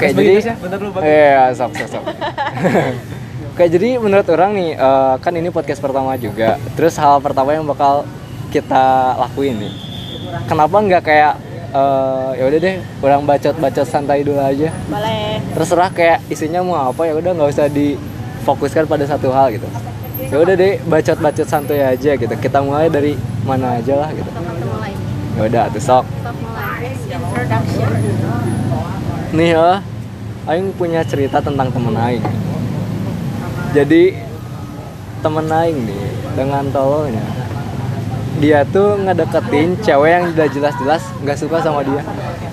Kayak jadi sok. Kayak jadi menurut orang nih, kan ini podcast pertama juga. Terus hal pertama yang bakal kita lakuin nih, kenapa nggak kayak ya udah deh, orang bacot santai dulu aja. Boleh. Terserah kayak isinya mau apa, ya udah nggak usah difokuskan pada satu hal gitu. Ya udah deh, bacot santai aja gitu. Kita mulai dari mana aja lah gitu. Ya udah tuh sok. Mulai. Introduction. Nih aing punya cerita tentang temen aing. Jadi temen aing nih dengan tololnya, dia tuh ngedeketin cewek yang udah jelas-jelas nggak suka sama dia.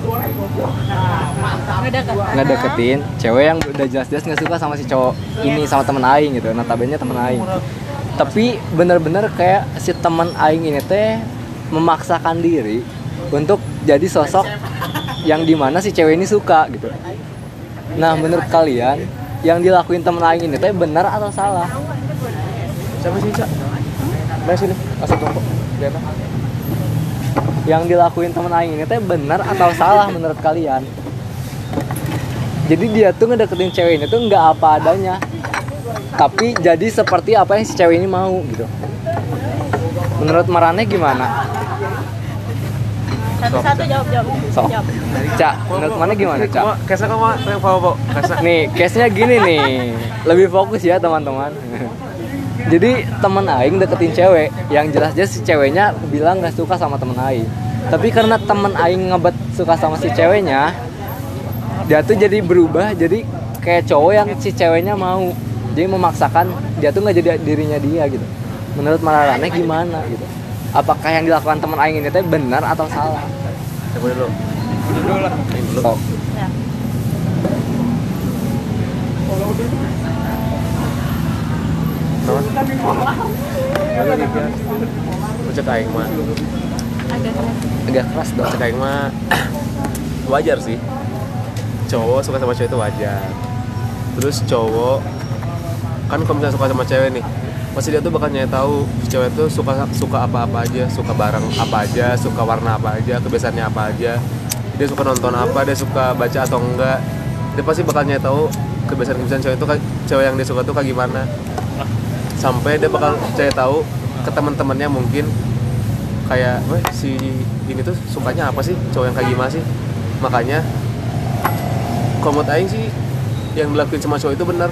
Ngedeketin cewek yang udah jelas-jelas nggak suka sama si cowok ini, sama temen aing gitu. Notabene temen aing. Tapi bener-bener kayak si temen aing ini teh memaksakan diri untuk jadi sosok yang dimana si cewek ini suka gitu. Nah, menurut kalian yang dilakuin temen aing ini teh benar atau salah? Siapa sih, Cak? Mana sini? Asal tunggu. Lihat. Yang dilakuin temen aing ini teh benar atau salah menurut kalian? Jadi dia tuh ngedeketin cewek ini tuh nggak apa adanya, tapi jadi seperti apa yang si cewek ini mau gitu. Menurut Marane gimana? Satu-satu jawab. Cak, menurut mana gimana, Cak? Kesnya kamu yang bawa. Nih, case-nya gini nih. Lebih fokus ya, teman-teman. Jadi, temen aing deketin cewek yang jelas-jelas si ceweknya bilang enggak suka sama temen aing. Tapi karena temen aing ngebet suka sama si ceweknya, dia tuh jadi berubah jadi kayak cowok yang si ceweknya mau. Jadi memaksakan dia tuh enggak jadi dirinya dia gitu. Menurut Marane gimana gitu? Apakah yang dilakukan teman aing ini teh benar atau salah? Coba dulu. Dulu lah. Oh. Ya. Cek aing mah. Agak keras dong. Cek aing mah wajar sih. Cowok suka sama cewek itu wajar. Terus cowok kan kalau misalnya suka sama cewek nih, pasti dia tuh bakal nyari tahu cewek tuh suka apa aja, suka barang apa aja, suka warna apa aja, kebiasaannya apa aja, dia suka nonton apa, dia suka baca atau enggak. Dia pasti bakal nyari tahu kebiasaan cewek itu, cewek yang dia suka tuh kayak gimana. Sampai dia bakal cari tahu ke teman-temannya mungkin kayak, weh si ini tuh sukanya apa sih, cowok yang kayak gimana sih. Makanya kalau menurut aing sih yang dilakuin sama cowok itu benar.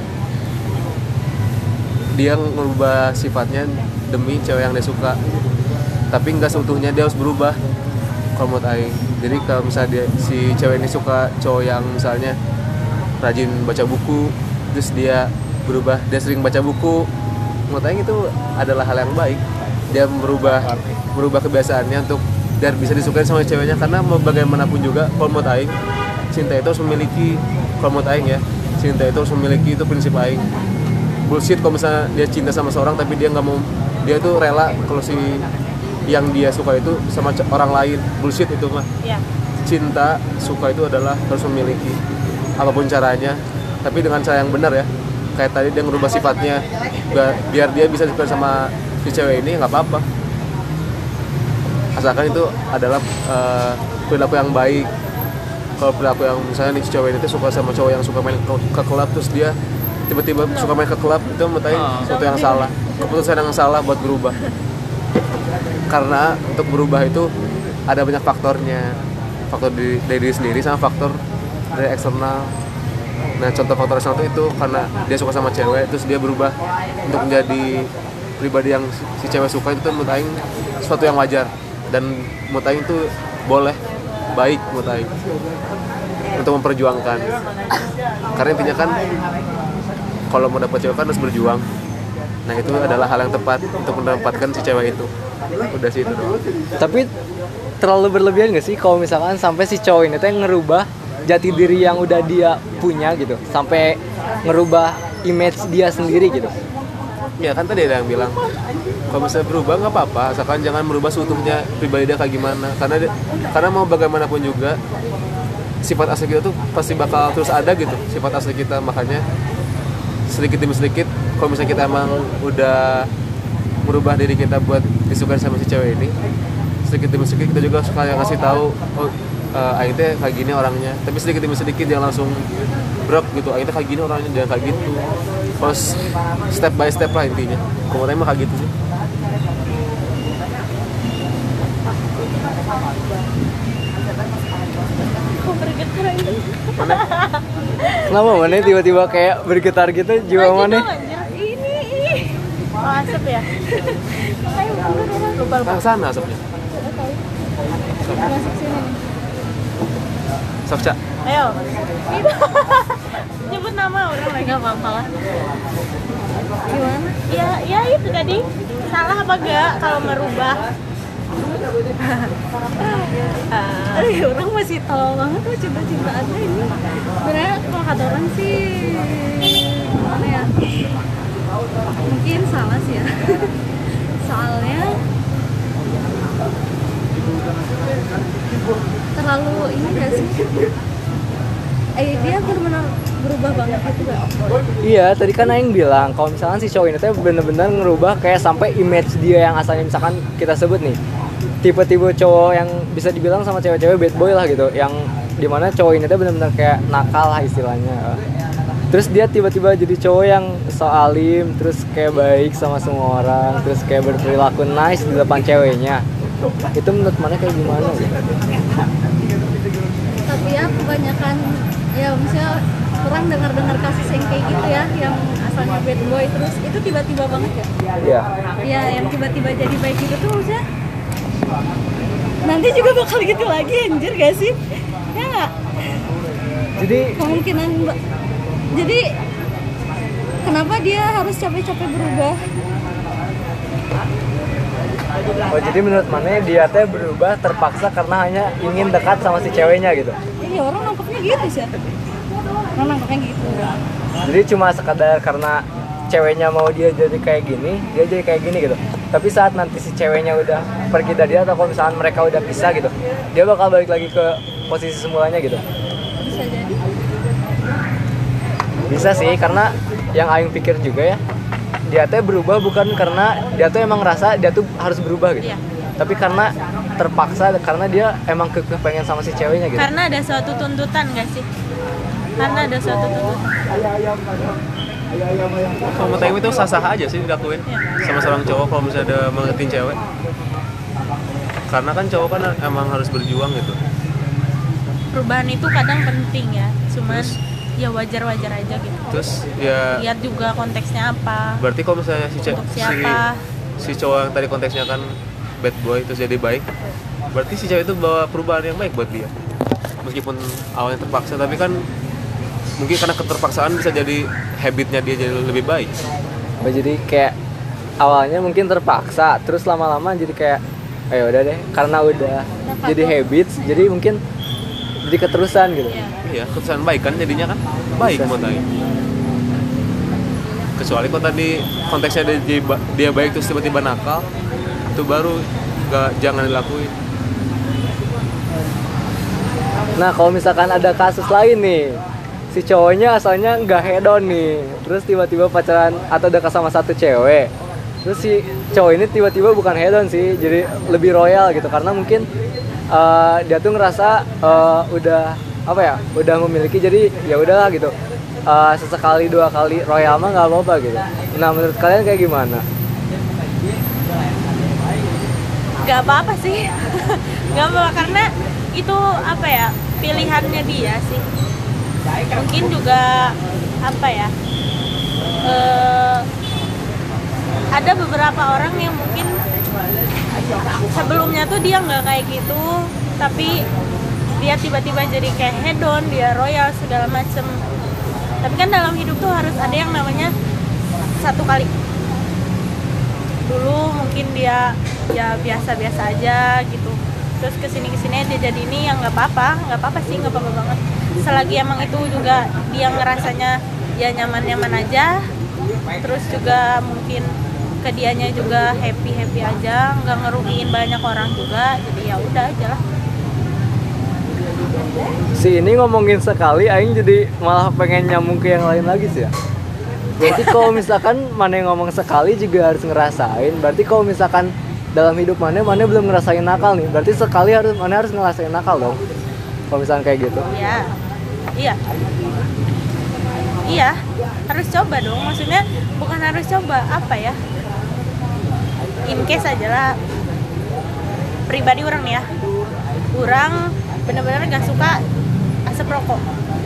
Dia ngubah sifatnya demi cewek yang dia suka, tapi nggak seutuhnya dia harus berubah kalau menurut aing. Jadi kalau misalnya si cewek ini suka cowok yang misalnya rajin baca buku, terus dia berubah, dia sering baca buku, menurut aing itu adalah hal yang baik. Dia merubah kebiasaannya untuk biar bisa disukai sama ceweknya. Karena mau bagaimanapun juga kalau menurut aing, cinta itu harus memiliki, kalau menurut aing ya, cinta itu harus memiliki, itu prinsip aing. Bullshit kalau misalnya dia cinta sama seorang tapi dia nggak mau, dia tuh rela kalau si yang dia suka itu sama orang lain. Bullshit itu mah. Ya. Cinta, suka itu adalah harus memiliki apapun caranya, tapi dengan cara yang benar ya. Kayak tadi dia ngerubah sifatnya biar dia bisa suka sama si cewek ini, nggak apa-apa, asalkan itu adalah perilaku yang baik. Kalau perilaku yang misalnya nih cewek ini suka sama cowok yang suka main ke klub, terus dia tiba-tiba suka main ke klub, itu menurut saya sesuatu yang salah, keputusan yang salah buat berubah. Karena untuk berubah itu ada banyak faktornya, faktor dari diri sendiri sama faktor dari eksternal. Nah, contoh faktor eksternal itu karena dia suka sama cewek, terus dia berubah untuk menjadi pribadi yang si cewek suka, itu menurut aing sesuatu yang wajar, dan menurut aing itu boleh, baik menurut aing untuk memperjuangkan. Karena intinya kan kalau mau dapat cewek kan harus berjuang. Nah, itu adalah hal yang tepat untuk mendapatkan si cewek itu. Udah sih itu doang. Tapi terlalu berlebihan gak sih kalau misalkan sampai si cowok ini teh ngerubah jati diri yang udah dia punya gitu, sampai ngerubah image dia sendiri gitu? Ya kan tadi ada yang bilang kalau misalnya berubah nggak apa-apa, asalkan jangan merubah seutuhnya pribadi dia kayak gimana. Karena mau bagaimanapun juga sifat asli kita tuh pasti bakal terus ada gitu, sifat asli kita. Makanya sedikit demi sedikit, kalau misalnya kita emang udah merubah diri kita buat disukai sama si cewek ini, sedikit demi sedikit kita juga suka ngasih tahu, oh aing teh kayak gini orangnya, tapi sedikit demi sedikit jangan langsung brok gitu. Aing teh kayak gini orangnya, jangan kayak gitu. Terus step by step lah intinya. Komentarnya mah kayak gitu sih. Kok bergetar ini? Kenapa mana tiba-tiba kayak bergetar gitu jiwa mana? Ini. Oh, asap ya? Ayo, lupa. Kan sana asapnya. Masuk sini. Sok Cak. Ayo. Nyebut nama orang lagi. Gak apa-apa lah. Gimana? Ya itu tadi. Salah apa enggak kalau merubah? Orang masih tahu banget tuh cinta-cintaannya ini. Sebenarnya kalau kata orang sih gimana ya? Mungkin salah sih ya. Soalnya terlalu ini gak sih? Dia benar-benar berubah banget gitu gak? Iya, tadi kan Aing bilang kalau misalkan si cowok ini tuh bener-bener ngerubah kayak sampai image dia yang asalnya misalkan kita sebut nih tipe-tipe cowok yang bisa dibilang sama cewek-cewek bad boy lah gitu, yang dimana cowok ini tuh bener-bener kayak nakal lah istilahnya. Terus dia tiba-tiba jadi cowok yang so alim, terus kayak baik sama semua orang, terus kayak berperilaku nice di depan ceweknya. Itu menurut mana kayak gimana gitu? Tapi ya kebanyakan ya misalnya orang dengar kasus yang kayak gitu ya, yang asalnya bad boy terus itu tiba-tiba banget ya. Iya. Ya yang tiba-tiba jadi baik gitu tuh maksudnya nanti juga bakal gitu lagi, anjir gak sih? Ya nggak? Jadi Kemungkinan jadi kenapa dia harus capek-capek berubah? oh jadi menurut mana dia teh berubah terpaksa karena hanya ingin dekat sama si ceweknya gitu. Iya, orang nangkepnya gitu sih. Orang nangkepnya gitu. Jadi cuma sekadar karena ceweknya mau dia jadi kayak gini, dia jadi kayak gini gitu. Tapi saat nanti si ceweknya udah pergi dari dia atau kalau misalkan mereka udah pisah gitu, dia bakal balik lagi ke posisi semulanya gitu. Bisa jadi. Bisa sih, karena yang Aing pikir juga ya, dia tuh berubah bukan karena dia tuh emang ngerasa dia tuh harus berubah gitu. Iya. Tapi karena terpaksa, karena dia emang pengen sama si ceweknya gitu. Karena ada suatu tuntutan gak sih? Karena ada suatu tuntutan. Kalau menurut Aing itu sah-sah aja sih dilakuin sama seorang cowok kalau misalnya ada mengertiin cewek. Karena kan cowok kan emang harus berjuang gitu. Perubahan itu kadang penting ya, cuman ya wajar-wajar aja gitu. Terus ya Lihat juga konteksnya apa. berarti kalau misalnya Untuk siapa? si cowok yang tadi konteksnya kan bad boy terus jadi baik, berarti si cewek itu bawa perubahan yang baik buat dia. Meskipun awalnya terpaksa, tapi kan mungkin karena keterpaksaan bisa jadi habitnya dia jadi lebih baik. Oh, jadi kayak awalnya mungkin terpaksa, terus lama-lama jadi kayak ayo udah deh, karena udah jadi habits, jadi mungkin jadi keterusan gitu. Iya. Iya, keputusan baik kan jadinya kan baik menurut Aing. Kecuali kok tadi konteksnya dia baik terus tiba-tiba nakal, itu baru jangan dilakuin. Nah kalau misalkan ada kasus lain nih, si cowoknya asalnya nggak hedon nih, terus tiba-tiba pacaran atau dekat sama satu cewek, terus si cowok ini tiba-tiba bukan hedon sih, jadi lebih royal gitu, karena mungkin dia tuh ngerasa udah apa ya, udah memiliki, jadi ya udahlah gitu, sesekali dua kali royal mah nggak apa-apa gitu. Nah menurut kalian kayak gimana? Gak apa-apa sih. Gak apa-apa karena itu apa ya, pilihannya dia sih. Mungkin juga apa ya, ada beberapa orang yang mungkin sebelumnya tuh dia nggak kayak gitu, tapi dia tiba-tiba jadi kayak hedon, dia royal segala macem. Tapi kan dalam hidup tuh harus ada yang namanya satu kali. Dulu mungkin dia ya biasa-biasa aja gitu, terus kesini dia jadi ini, yang nggak apa-apa sih, nggak apa-apa banget. Selagi emang itu juga dia ngerasanya ya nyaman aja, terus juga mungkin ke dianya juga happy aja, nggak ngerugiin banyak orang juga, jadi ya udah aja lah. Si ini ngomongin sekali, Aing jadi malah pengen nyambung ke yang lain lagi sih ya. Berarti kalau misalkan mana yang ngomong sekali juga harus ngerasain. Berarti kalau misalkan dalam hidup mana belum ngerasain nakal nih, berarti sekali mana harus ngerasain nakal dong. kalau misalnya kayak gitu? Iya, iya, iya, harus coba dong. Maksudnya bukan harus coba, apa ya? In case aja lah. Pribadi orang nih ya, orang benar-benar nggak suka asap rokok.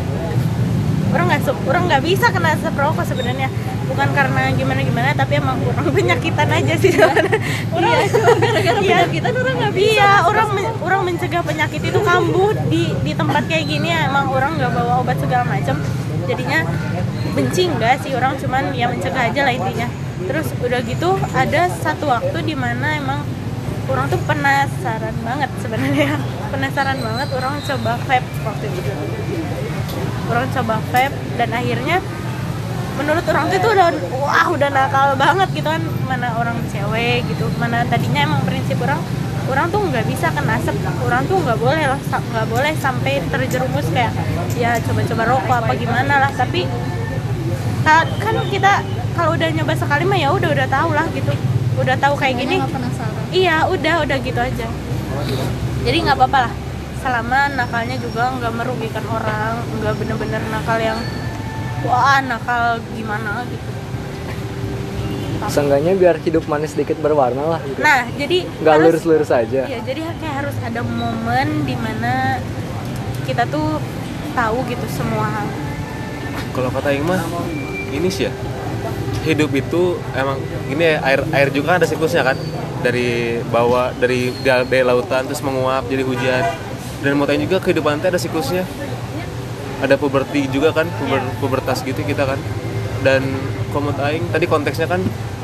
Orang nggak bisa kena asap rokok sebenarnya. Bukan karena gimana tapi emang kurang penyakitan aja sih sebenarnya. Iya, cuma gara-gara penyakitan orang nggak bisa. Iya, orang mencegah penyakit itu kambuh di tempat kayak gini ya, emang orang nggak bawa obat segala macam. Jadinya benci enggak sih, orang cuman ya mencegah aja lah intinya. Terus udah gitu ada satu waktu di mana emang orang tuh penasaran banget sebenarnya. Penasaran banget, orang coba vape waktu itu. Orang coba vape dan akhirnya menurut orang tuh itu udah nakal banget gitu kan, mana orang cewek gitu, mana tadinya emang prinsip orang tuh nggak bisa kena asap, orang tuh nggak boleh sampai terjerumus kayak ya coba-coba rokok apa gimana lah. Tapi kan kita kalau udah nyoba sekali mah ya udah tahu lah gitu, udah tahu kayak gini. Iya, udah gitu aja. Jadi nggak apa-apa lah, selama nakalnya juga nggak merugikan orang, nggak bener-bener nakal yang wah nakal gimana gitu. Seenggaknya biar hidup manis sedikit berwarna lah gitu. Nah, jadi nggak lurus-lurus aja. Iya, jadi kayak harus ada momen dimana kita tuh tahu gitu semua hal. Kalau kata Aing mah ini sih ya, hidup itu emang ini ya, air juga kan ada siklusnya kan, dari bawah dari lautan terus menguap jadi hujan. Dan mau tanya juga kehidupan itu ada siklusnya, ada puberti juga kan, pubertas gitu kita kan. Dan komut aing tadi konteksnya kan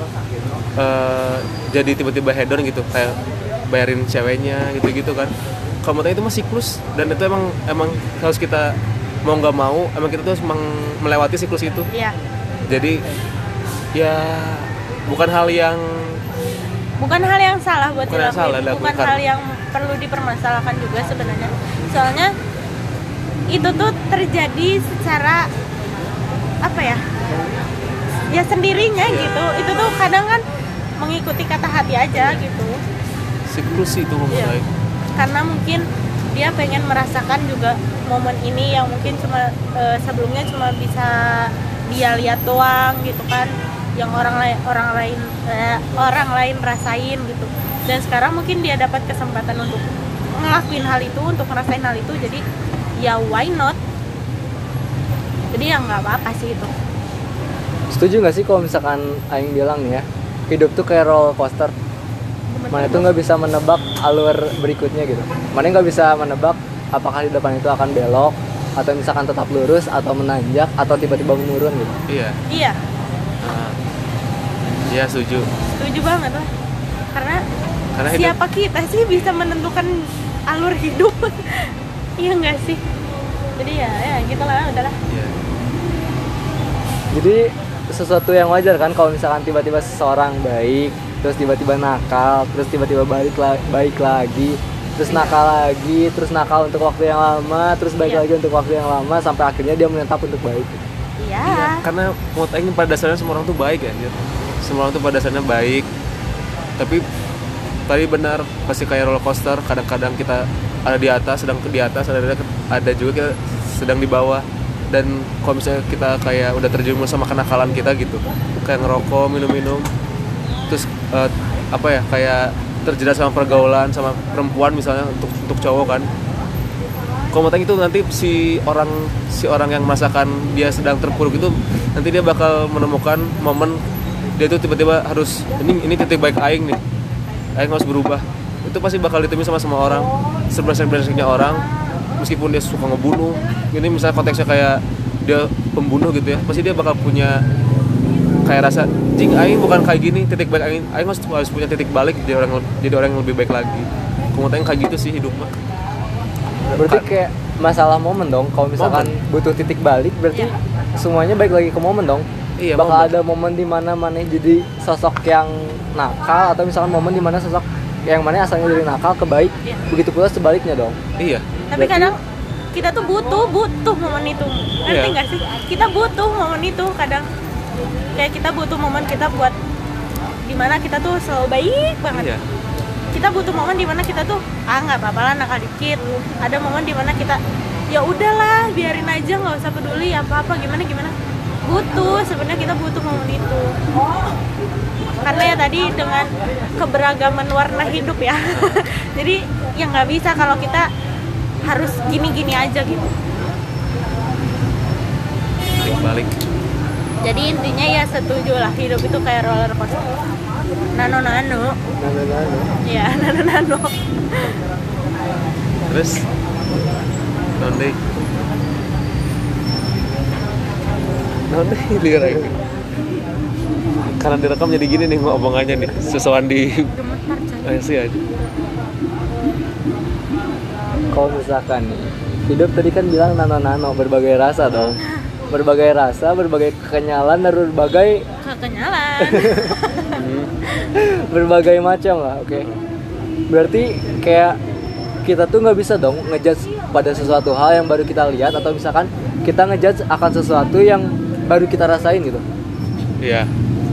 jadi tiba-tiba hedon gitu, kayak bayarin ceweknya gitu-gitu kan. Komut aing itu mah siklus, dan itu emang harus kita mau nggak mau emang kita tuh emang melewati siklus itu. Iya. Jadi ya bukan hal yang salah buat dilakuin, bukan hal yang perlu dipermasalahkan juga sebenarnya. Soalnya itu tuh terjadi secara apa ya sendirinya gitu. Itu tuh kadang kan mengikuti kata hati aja gitu. Siklus itu mulai. Karena mungkin dia pengen merasakan juga momen ini yang mungkin cuma sebelumnya cuma bisa dia lihat doang gitu kan, yang orang lain rasain gitu. Dan sekarang mungkin dia dapat kesempatan untuk ngelakuin hal itu, untuk ngerasain hal itu, jadi ya why not. Jadi ya nggak apa-apa sih itu. Setuju nggak sih kalau misalkan Aing bilang nih ya, hidup tuh kayak roller coaster. Mana itu nggak bisa menebak alur berikutnya gitu. Mana nggak bisa menebak apakah di depan itu akan belok, atau misalkan tetap lurus, atau menanjak, atau tiba-tiba menurun gitu. Iya. Iya, setuju Banget lah. Karena siapa hidup, kita sih bisa menentukan alur hidup? Iya nggak sih? Jadi ya gitulah, udahlah. Iya. Jadi sesuatu yang wajar kan kalau misalkan tiba-tiba seseorang baik, terus tiba-tiba nakal, terus tiba-tiba baik lagi, terus nakal lagi, terus nakal untuk waktu yang lama, terus baik lagi untuk waktu yang lama, sampai akhirnya dia menetap untuk baik. Iya. Karena menurut Aing pada dasarnya semua orang tuh baik ya, anjir. Semua orang tuh pada dasarnya baik. Tapi tadi benar, pasti kayak roller coaster, kadang-kadang kita ada di atas, sedang di atas, ada juga kita sedang di bawah. Dan kalau misalnya kita kayak udah terjerumus sama kenakalan kita gitu, kayak ngerokok, minum-minum, terus kayak terjerat sama pergaulan sama perempuan misalnya, untuk cowok kan. Kalau itu nanti si orang yang merasakan dia sedang terpuruk itu, nanti dia bakal menemukan momen dia tuh tiba-tiba harus ini titik baik aing nih, aing harus berubah. Itu pasti bakal ditemui sama semua orang, sebenarnya orang, meskipun dia suka ngebunuh. Ini misalnya konteksnya kayak dia pembunuh gitu ya, pasti dia bakal punya kayak rasa jing aing bukan kayak gini, titik balik aing harus punya titik balik, jadi orang yang lebih baik lagi. Kemudian kayak gitu sih hidup mah. Berarti kayak masalah momen dong. Kalau misalkan butuh titik balik, berarti semuanya balik lagi ke momen dong. Iya, bakal ada momen di mana mana jadi sosok yang nakal, atau misalkan momen di mana sosok yang mana asalnya dari nakal ke baik. Begitu pula sebaliknya dong. Iya. Tapi kadang kita tuh butuh momen itu. Ngerti nggak sih? Kita butuh momen itu kadang. Kayak kita butuh momen kita buat dimana kita tuh selalu baik banget. Iya. kita butuh momen dimana kita tuh nggak apa-apa lah nakal dikit. Ada momen dimana kita ya udahlah biarin aja, nggak usah peduli apa-apa gimana. Butuh, sebenarnya kita butuh momen itu. Karena ya tadi dengan keberagaman warna hidup ya. Jadi ya nggak bisa kalau kita harus gini-gini aja gitu. Balik. Jadi intinya ya setuju lah, hidup itu kayak roller coaster. Nano. Ya, nano. Terus Nonde lihat lagi. Karena direkam jadi gini nih ngomongannya nih, sesuatu di Gemetar coy. sih aja. Kalau misalkan nih, hidup tadi kan bilang nano berbagai rasa dong. Berbagai rasa, berbagai kekenyalan, dan berbagai Kekenyalan. berbagai macam lah, oke. Berarti kayak kita tuh nggak bisa dong ngejudge pada sesuatu hal yang baru kita lihat, atau misalkan kita ngejudge akan sesuatu yang baru kita rasain gitu. Iya.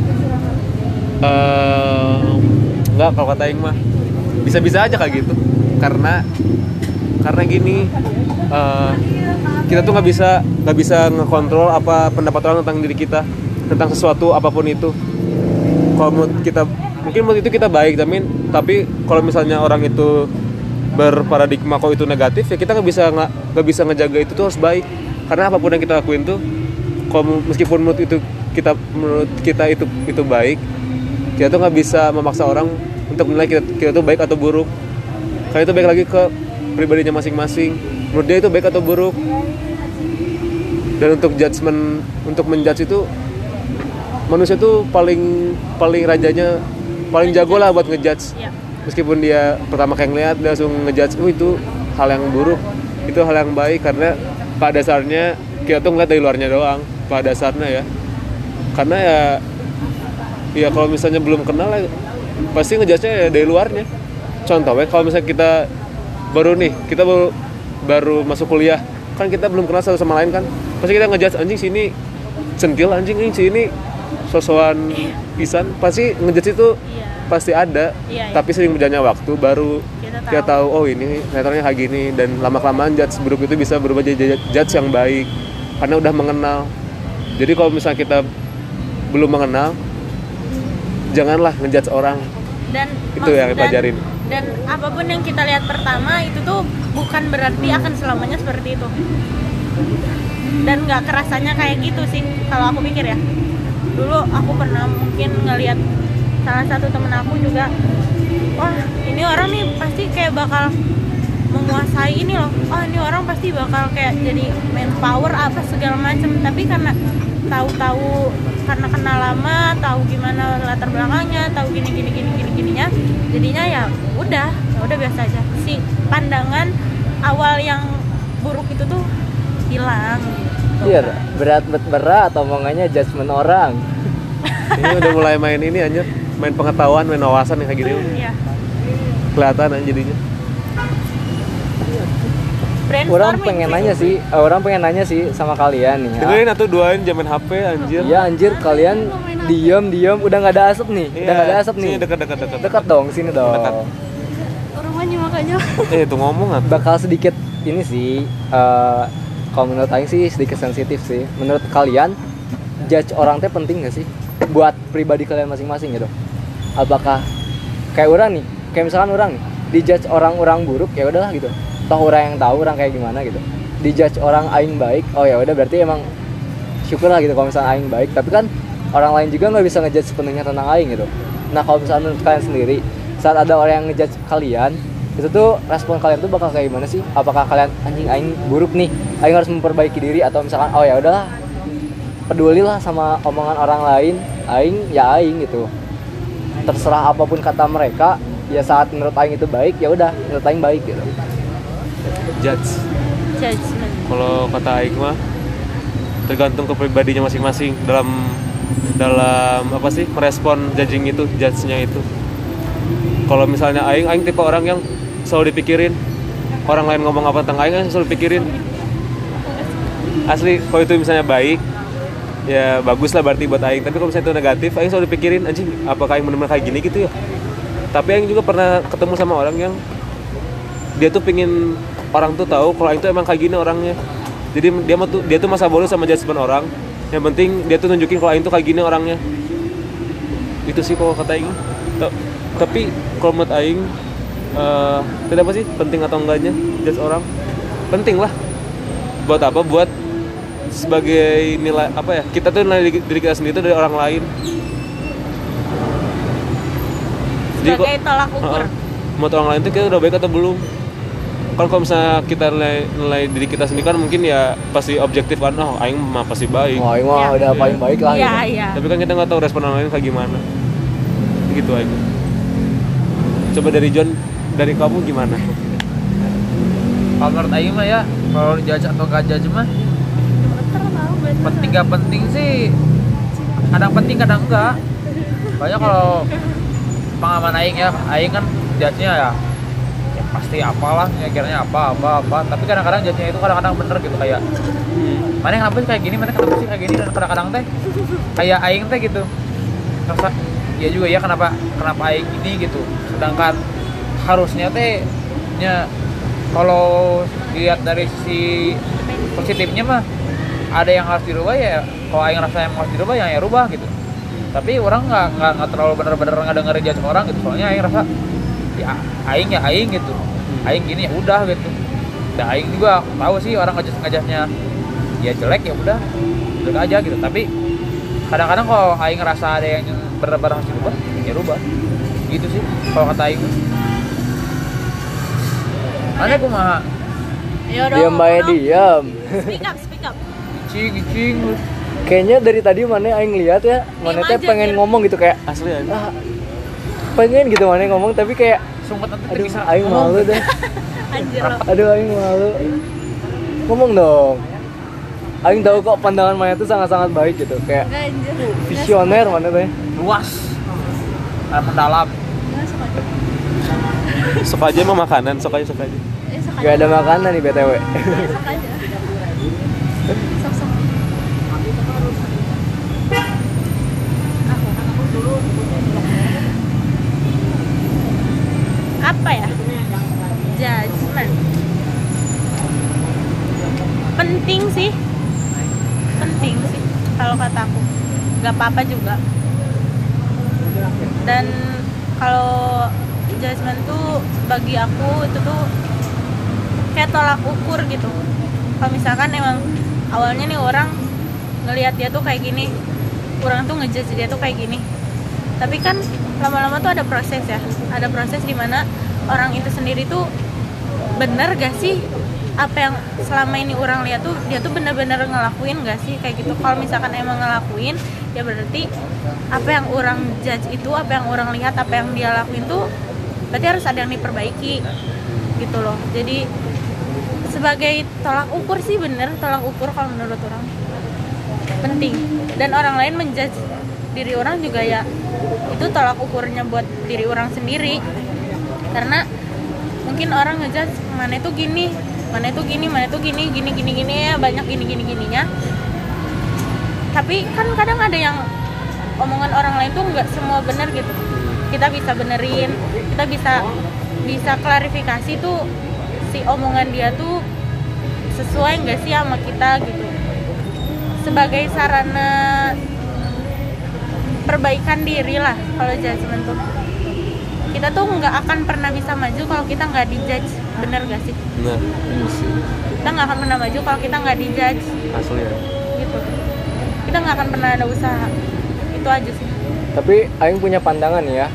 Enggak, kalau kata Aing mah bisa-bisa aja kayak gitu. Karena gini, kita tuh nggak bisa ngekontrol apa pendapat orang tentang diri kita, tentang sesuatu apapun itu. Kalau menurut itu kita baik, tapi kalau misalnya orang itu berparadigma kalau itu negatif, ya kita nggak bisa ngejaga itu tuh harus baik. Karena apapun yang kita lakuin tuh, kalau meskipun menurut kita itu baik, kita tuh nggak bisa memaksa orang untuk menilai kita tuh baik atau buruk. Karena itu baik lagi ke pribadinya masing-masing. Menurut dia itu baik atau buruk. Dan untuk menjudge itu, manusia tuh paling rajanya, paling jago lah buat ngejudge. Ya. Meskipun dia pertama kayak ngeliat, dia langsung ngejudge, itu hal yang buruk, itu hal yang baik. Karena pada dasarnya kita tuh ngeliat dari luarnya doang, pada dasarnya ya. Karena ya kalau misalnya belum kenal, pasti ngejudge-nya ya dari luarnya. Contohnya kalau misalnya kita baru masuk kuliah, kan kita belum kenal satu sama lain kan, pasti kita ngejudge, anjing sini centil, anjing sini sosokan pisan, pasti ngejudge itu pasti ada. Tapi sering berjalannya waktu baru kita tahu, oh ini ternyata kayak gini. Dan lama-kelamaan judge buruk itu bisa berubah jadi judge yang baik karena udah mengenal. Jadi kalau misalnya kita belum mengenal, janganlah ngejudge orang. Dan itu yang dipelajarin. Dan apapun yang kita lihat pertama itu tuh bukan berarti akan selamanya seperti itu. Dan nggak kerasanya kayak gitu sih kalau aku pikir ya. Dulu aku pernah mungkin ngelihat salah satu temen aku juga, wah ini orang nih pasti kayak bakal menguasai ini loh, ini orang pasti bakal kayak jadi manpower apa segala macam. Tapi karena tahu karena kenal lama, tahu gimana latar belakangnya, tahu gininya, jadinya ya udah biasa aja. Si pandangan awal yang buruk itu tuh hilang gitu. Iya, berat omongannya judgement orang. Ini udah mulai main ini anjir, main pengetahuan, main wawasan yang kayak gini. Iya. Kelihatan aja jadinya. Orang pengen nanya sih sama kalian nih ya. Dengerin atau duain jaman HP anjir. Iya anjir, kalian diam udah nggak ada asap nih. Udah nggak ada asap nih. Dekat dong, sini dong. Dekat. Rumahnya makanya. Itu ngomong apa? Bakal sedikit ini sih, kalau menurut Aing sih sedikit sensitif sih. Menurut kalian judge orang teh penting nggak sih buat pribadi kalian masing-masing gitu? Apakah kayak orang nih, kayak misalkan orang nih dijudge orang buruk, ya udahlah gitu. Toh orang yang tahu orang kayak gimana gitu. Dijudge orang Aing baik, oh ya udah berarti emang syukurlah gitu kalau misalnya Aing baik. Tapi kan orang lain juga nggak bisa ngejudge sepenuhnya tentang Aing gitu. Nah kalau misalnya menurut kalian sendiri, saat ada orang yang ngejudge kalian, itu tuh respon kalian tuh bakal kayak gimana sih? Apakah kalian anjing Aing buruk nih, Aing harus memperbaiki diri, atau misalkan oh ya udahlah pedulilah sama omongan orang lain, Aing gitu. Terserah apapun kata mereka, ya saat menurut Aing itu baik, ya udah menurut Aing baik gitu. Judgment. Kalau kata Aing mah tergantung ke pribadinya masing-masing dalam apa sih merespon judging itu, judge-nya itu. Kalau misalnya Aing tipe orang yang selalu dipikirin orang lain ngomong apa tentang Aing, selalu dipikirin. Asli, kalau itu misalnya baik, ya bagus lah berarti buat Aing. Tapi kalau misalnya itu negatif, Aing selalu dipikirin, anjing apakah Aing benar-benar kayak gini gitu ya? Tapi Aing juga pernah ketemu sama orang yang dia tuh pingin orang tuh tahu kalau Aing tuh emang kayak gini orangnya. Jadi dia tuh masa bodoh sama judgement orang. Yang penting dia tuh nunjukin kalau Aing tuh kayak gini orangnya. Itu sih kalau kata Aing. Tapi kalau menurut Aing tidak apa sih penting atau enggaknya judge orang? Penting lah. Buat apa? Buat sebagai nilai apa ya? Kita tuh nilai diri kita sendiri tuh dari orang lain. Sebagai tolak ukur. Menurut orang lain tuh kita udah baik atau belum? Kan kalau misalnya kita nilai diri kita sendiri kan mungkin ya pasti objektif kan, oh Aing mah pasti baik. Wah, Aing mah udah paling baik lah. Iya, gitu. iya. Tapi kan kita nggak tahu respon orang lain kayak gimana. Gitu aja. Coba dari John, dari kamu gimana? Kalau menurut Aing mah ya, kalau dijudge atau gak judge mah penting gak penting sih, kadang penting kadang enggak. Soalnya kalau pengalaman Aing ya, Aing kan judge-nya ya pasti apalah, ya kiranya apa. Tapi kadang-kadang judge-nya itu kadang-kadang bener gitu, kayak mana kenapa sih kayak gini, mana kenapa sih kayak gini, dan kadang-kadang teh kayak Aing teh gitu ngerasa ya juga ya kenapa Aing gini gitu. Sedangkan harusnya teh nya kalau dilihat dari sisi positifnya mah ada yang harus dirubah ya. Kalau Aing rasa yang harus dirubah ya rubah gitu. Tapi orang nggak terlalu bener-bener ngedengerin judge orang gitu. Soalnya Aing rasa ya Aing gitu. Aing gini ya udah gitu. Dan Aing juga tahu sih orang ngejudge-nya ya jelek ya udah aja gitu. Tapi kadang-kadang kalau Aing ngerasa ada yang bener-bener harus dirubah ya rubah. Gitu sih kalau kata Aing. Mana kumaha? Diam bae diam. Speak up. Gicing. Kayaknya dari tadi mana Aing lihat ya, mana teh aja, pengen Jen. ngomong gitu kayak Asli aja. pengen gitu mana ngomong tapi kayak Sumpah nanti aduh bisa. Aing malu deh. Anjir lo. Aduh Aing malu. Ngomong dong. Aing tahu kok pandangan mana tuh sangat-sangat baik gitu, kayak Enggak anjir. visioner mana teh. Luas. Mendalam. Sok aja emang makanan, sok aja. Gak ada makanan nih BTW. Sok aja. Sok. Apa ya? Judgment. Penting sih kalau kataku. Gak apa-apa juga. Dan kalau judgment tuh bagi aku itu tuh kayak tolak ukur gitu. Kalau misalkan emang awalnya nih orang ngelihat dia tuh kayak gini, orang tuh ngejudge dia tuh kayak gini, tapi kan lama-lama tuh ada proses ya, ada proses dimana orang itu sendiri tuh bener gak sih apa yang selama ini orang lihat tuh dia tuh bener-bener ngelakuin gak sih kayak gitu. Kalau misalkan emang ngelakuin ya berarti apa yang orang judge itu, apa yang orang lihat, apa yang dia lakuin tuh berarti harus ada yang diperbaiki gitu loh. Jadi sebagai tolak ukur sih bener, tolak ukur kalau menurut orang penting. Dan orang lain menjudge diri orang juga ya itu tolak ukurnya buat diri orang sendiri. Karena mungkin orang ngejudge mana itu gini ya, banyak gininya. Tapi kan kadang ada yang omongan orang lain tuh nggak semua benar gitu. Kita bisa benerin, kita bisa klarifikasi tuh si omongan dia tuh sesuai nggak sih sama kita gitu. Sebagai sarana perbaikan diri lah kalau judgement tuh. Kita tuh nggak akan pernah bisa maju kalau kita nggak dijudge, bener gak sih? Nah, iya sih. Kita nggak akan pernah maju kalau kita nggak dijudge, Asli ya. gitu. Kita nggak akan pernah ada usaha. Itu aja sih. Tapi Aing punya pandangan ya.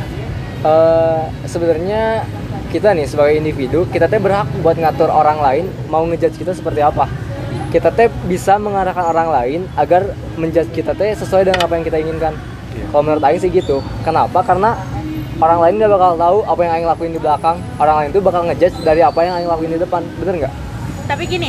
Sebenarnya kita nih sebagai individu, kita teh berhak buat ngatur orang lain mau ngejudge kita seperti apa. Kita teh bisa mengarahkan orang lain agar menjudge kita teh sesuai dengan apa yang kita inginkan. Kalau menurut Aing sih gitu. Kenapa? Karena orang lain gak bakal tahu apa yang Aing lakuin di belakang. Orang lain tuh bakal ngejudge dari apa yang Aing lakuin di depan. Bener nggak? Tapi gini,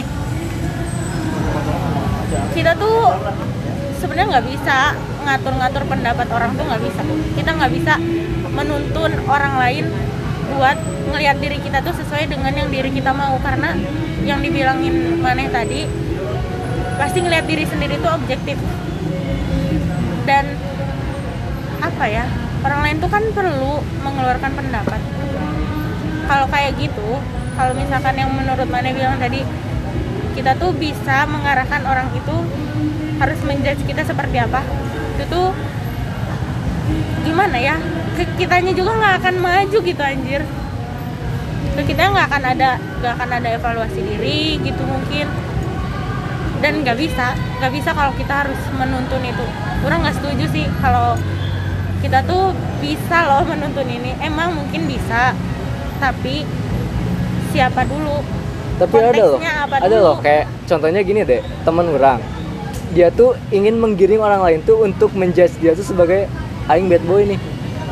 kita tuh sebenarnya nggak bisa ngatur-ngatur pendapat orang tuh nggak bisa. Kita nggak bisa menuntun orang lain buat ngelihat diri kita tuh sesuai dengan yang diri kita mau. Karena yang dibilangin Maneh tadi, pasti ngelihat diri sendiri tuh objektif. Dan apa ya, orang lain tuh kan perlu mengeluarkan pendapat. Kalau kayak gitu, kalau misalkan yang menurut Mane bilang tadi, kita tuh bisa mengarahkan orang itu harus menjudge kita seperti apa, itu tuh gimana ya, kitanya juga nggak akan maju gitu anjir. Kita nggak akan ada evaluasi diri gitu mungkin, dan nggak bisa kalau kita harus menuntun itu. Orang nggak setuju sih kalau kita tuh bisa loh menuntun ini. Emang mungkin bisa, tapi siapa dulu? Tapi ada loh kayak contohnya gini deh, teman orang dia tuh ingin menggiring orang lain tuh untuk menjudge dia tuh sebagai aing bad boy nih.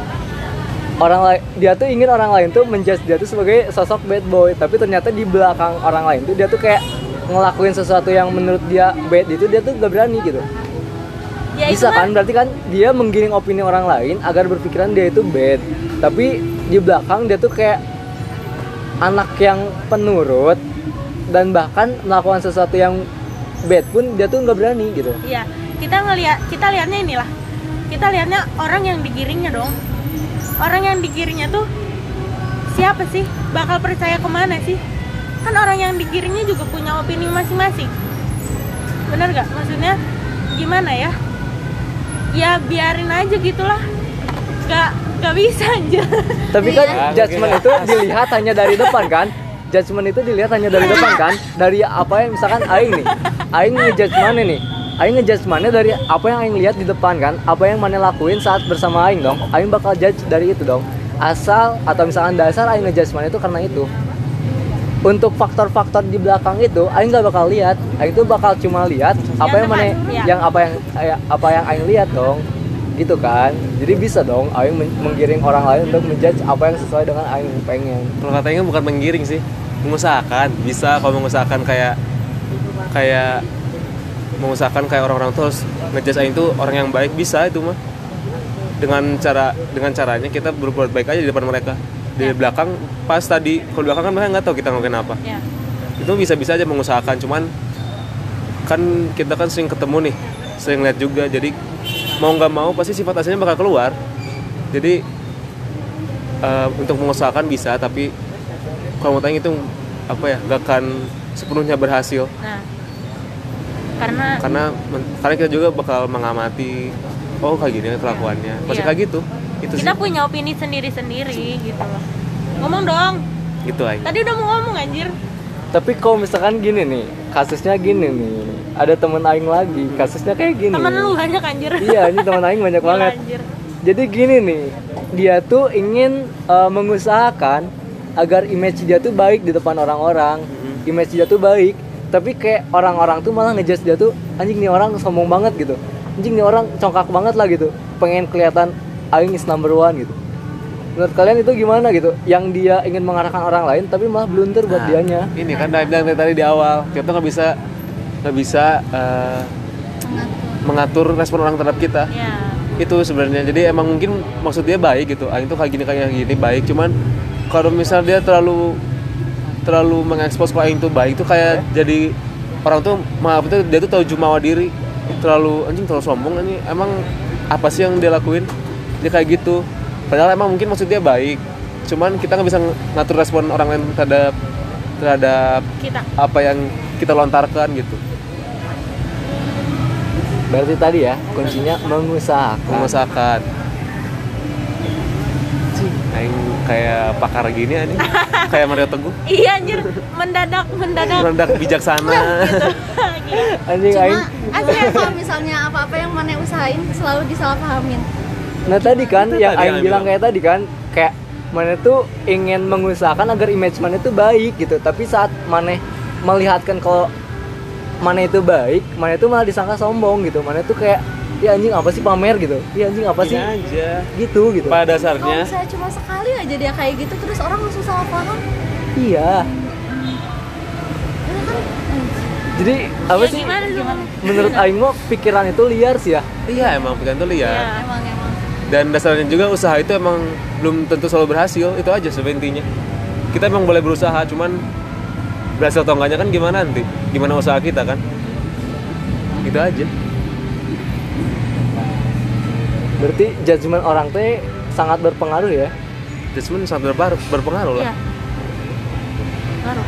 Dia tuh ingin orang lain tuh menjudge dia tuh sebagai sosok bad boy, tapi ternyata di belakang orang lain tuh dia tuh kayak ngelakuin sesuatu yang menurut dia bad, itu dia tuh gak berani gitu. Ya, bisa kan, berarti kan dia menggiring opini orang lain agar berpikiran dia itu bad, tapi di belakang dia tuh kayak anak yang penurut dan bahkan melakukan sesuatu yang bad pun dia tuh nggak berani gitu. Iya, kita lihatnya inilah, kita lihatnya orang yang digiringnya dong. Orang yang digiringnya tuh siapa sih? Bakal percaya kemana sih? Kan orang yang digiringnya juga punya opini masing-masing. Bener gak? Maksudnya gimana ya? Ya biarin aja gitulah. Gak bisa aja. Tapi kan judgement itu dilihat hanya dari depan kan? Judgement itu dilihat hanya dari depan kan? Dari apa yang misalkan aing nih, aing ngejudge mana nih? Aing ngejudge mana dari apa yang aing lihat di depan kan? Apa yang mana lakuin saat bersama aing dong? Aing bakal judge dari itu dong. Asal atau misalkan dasar aing ngejudge mana itu karena itu. Untuk faktor-faktor di belakang itu aing nggak bakal lihat. Aing tuh bakal cuma lihat apa yang mana, apa yang aing lihat dong. Gitu kan. Jadi bisa dong aing menggiring orang lain untuk menjudge apa yang sesuai dengan aing pengen. Kalau katanya bukan menggiring sih, mengusahakan. Bisa kalau mengusahakan kayak mengusahakan kayak orang-orang tuh harus ngejudge aing tuh orang yang baik, bisa itu mah. Dengan caranya kita berbuat baik aja di depan mereka. Di belakang pas tadi, kalau belakang kan mereka nggak tahu kita ngelakuin apa. Ya. Itu bisa aja mengusahakan, cuman kan kita kan sering ketemu nih, sering lihat juga, jadi mau nggak mau pasti sifat aslinya bakal keluar. Jadi untuk mengusahakan bisa, tapi kalau mau tanya itu apa ya, nggak akan sepenuhnya berhasil. Nah, karena kita juga bakal mengamati, oh kayak gini kelakuannya, pasti kayak gitu. Itu kita sih. punya opini sendiri-sendiri gitu loh. Ngomong dong. Gitu aja. Tadi udah mau ngomong anjir. Tapi kalau misalkan gini nih, kasusnya gini nih, ada temen aing lagi, kasusnya kayak gini. Temen lu banyak anjir. Iya, ini temen aing banyak banget. Anjir. Jadi gini nih, dia tuh ingin mengusahakan agar image dia tuh baik di depan orang-orang, image dia tuh baik, tapi kayak orang-orang tuh malah ngejudge dia tuh, anjing nih orang sombong banget gitu, anjing nih orang congkak banget lah gitu, pengen kelihatan aing is number one gitu. Menurut kalian itu gimana gitu? Yang dia ingin mengarahkan orang lain tapi malah blunder buat dianya. Ini kan udah bilang tadi di awal, kita tuh nggak bisa mengatur respon orang terhadap kita. Ya. Itu sebenarnya. Jadi emang mungkin maksud dia baik gitu. Aing tuh kayak gini baik, cuman kalau misalnya dia terlalu mengekspos kalau Aing tuh baik tuh kayak jadi orang tuh maaf tuh dia tuh tahu jumawa diri, terlalu sombong ini. Emang apa sih yang dia lakuin? Dia kayak gitu. Padahal emang mungkin maksud dia baik, cuman kita nggak bisa ngatur respon orang lain terhadap Kita. apa yang kita lontarkan gitu. Berarti tadi ya kuncinya mengusahakan. Aing kayak pakar gini anjing. Kayak Mario Teguh. Iya anjir, mendadak bijaksana. gitu. Gila. Anjing Cuma aing. asli kalau misalnya apa-apa yang mana usahain selalu disalahpahamin. Nah tadi kan Itu yang tadi aing yang bilang kayak tadi kan, kayak mana tuh ingin mengusahakan agar image mana tuh baik gitu, tapi saat mana melihatkan kalau mana itu baik, mana itu malah disangka sombong gitu. Mana tuh kayak ya anjing apa sih pamer gitu, ya anjing apa sih aja. gitu Pada Kalau dasarnya misalnya cuma sekali aja dia kayak gitu terus orang langsung salah paham. iya. Itu kan Jadi apa Ya, sih gimana? menurut aing mah pikiran itu liar sih ya. iya emang pikiran tuh liar. Iya. emang Dan dasarnya juga usaha itu emang belum tentu selalu berhasil. Itu aja sebenarnya intinya. Kita emang boleh berusaha, cuman berhasil atau enggaknya kan gimana nanti, gimana usaha kita kan, gitu aja. Berarti judgement orang teh sangat berpengaruh ya. Judgement sangat berpengaruh lah. Iya. Ngaruh.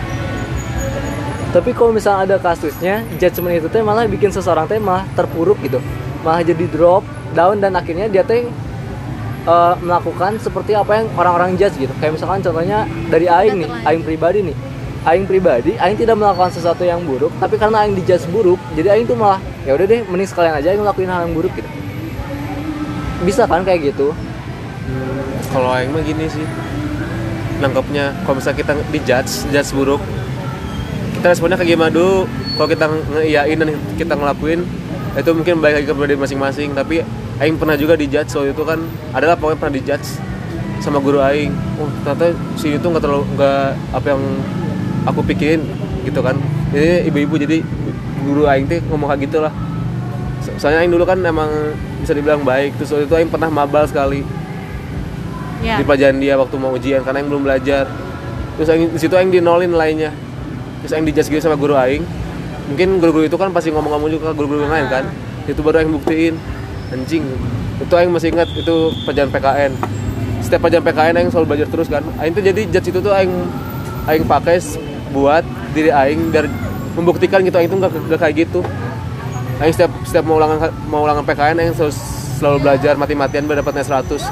Tapi kalau misalnya ada kasusnya judgement itu teh malah bikin seseorang teh malah terpuruk gitu, malah jadi drop down dan akhirnya dia teh melakukan seperti apa yang orang-orang judge gitu. Kayak misalkan contohnya dari Aing nih, Aing pribadi, Aing tidak melakukan sesuatu yang buruk, tapi karena Aing dijudge buruk, jadi Aing tuh malah ya udah deh, mending sekalian aja Aing ngelakuin hal yang buruk gitu. Bisa kan kayak gitu? Kalau Aing mah gini sih, nangkepnya kalau misalnya kita dijudge buruk, kita responnya kayak gimana dulu. Kalau kita ngeiyain dan kita ngelakuin, itu mungkin balik lagi ke pribadi masing-masing. Tapi Aing pernah juga dijudge, soal itu kan adalah pokoknya pernah dijudge sama guru Aing. Oh ternyata si itu nggak apa yang aku pikirin gitu kan. Jadi ibu-ibu, jadi guru Aing tuh ngomong kayak gitu lah. Soalnya Aing dulu kan emang bisa dibilang baik. Terus waktu itu Aing pernah mabal sekali di pelajaran dia waktu mau ujian karena Aing belum belajar. Terus Aing, di situ Aing dinolin nilainya. Terus Aing dijudge gitu sama guru Aing. Mungkin guru-guru itu kan pasti ngomong-ngomong juga ke guru-guru yang lain kan. Itu baru Aing buktiin. Anjing. Itu Aing masih ingat itu pelajaran PKN. Setiap pelajaran PKN Aing selalu belajar terus kan. Aing tuh jadi judge itu tuh Aing pakai buat diri Aing biar membuktikan gitu Aing tuh gak kayak gitu. Aing setiap mau ulangan PKN Aing selalu belajar mati-matian biar dapat nilai 100.